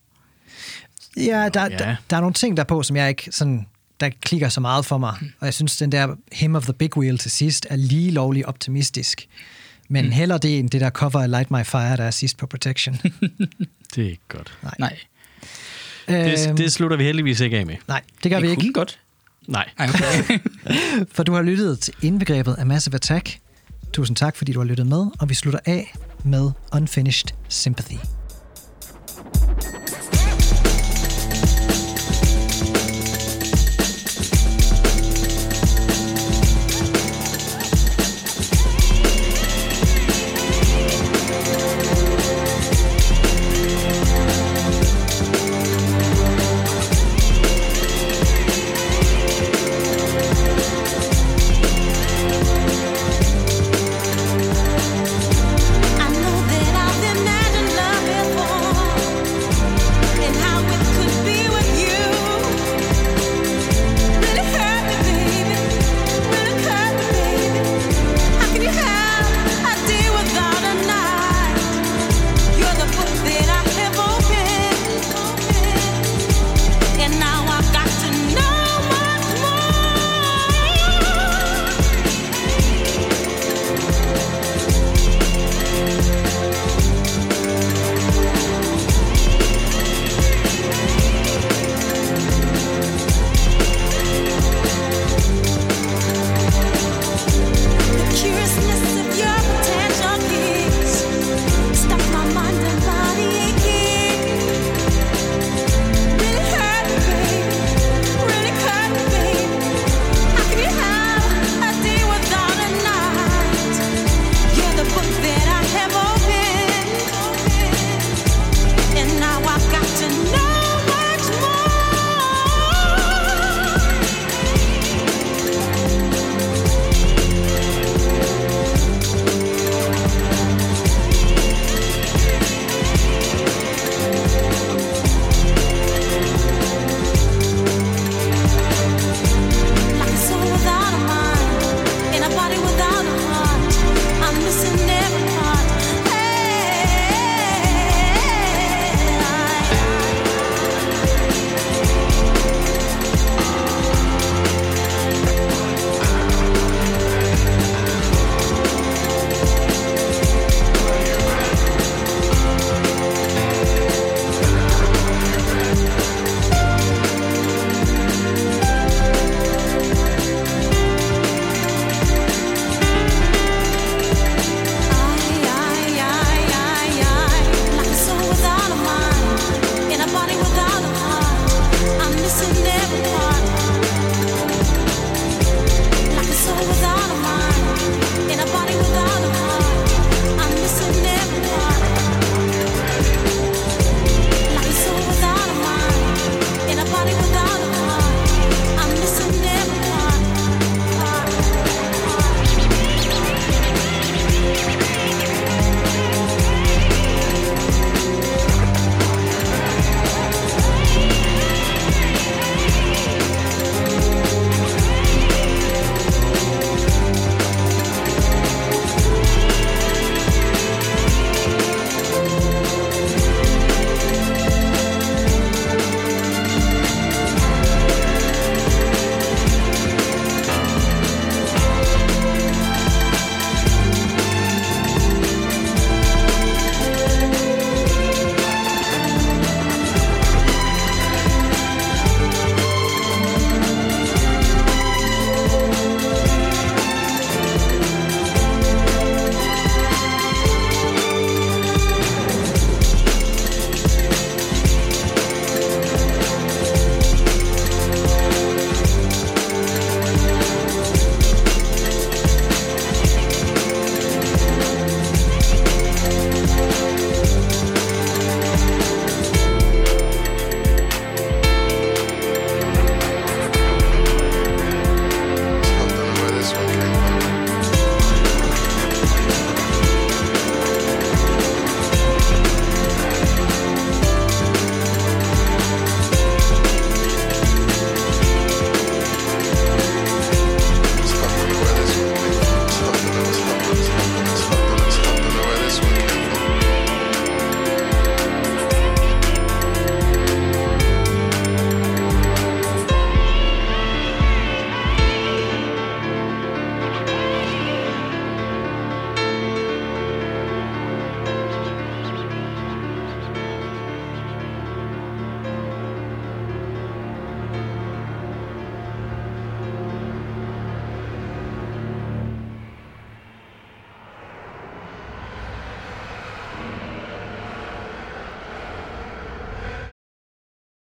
Ja, der, Ja. der, der er nogle ting der på, som jeg ikke sådan, der klikker så meget for mig. Og jeg synes, den der Hymn of the Big Wheel til sidst er lige lovlig optimistisk. Men mm. hellere det end det der cover af Light My Fire, der er sidst på Protection. Det er ikke godt. Nej, Det, øhm, det slutter vi heldigvis ikke af med. nej, det gør vi det ikke. kunne godt. Nej. Ej, okay. For du har lyttet til indbegrebet af Massive Attack. Tusind tak, fordi du har lyttet med, og vi slutter af med Unfinished Sympathy.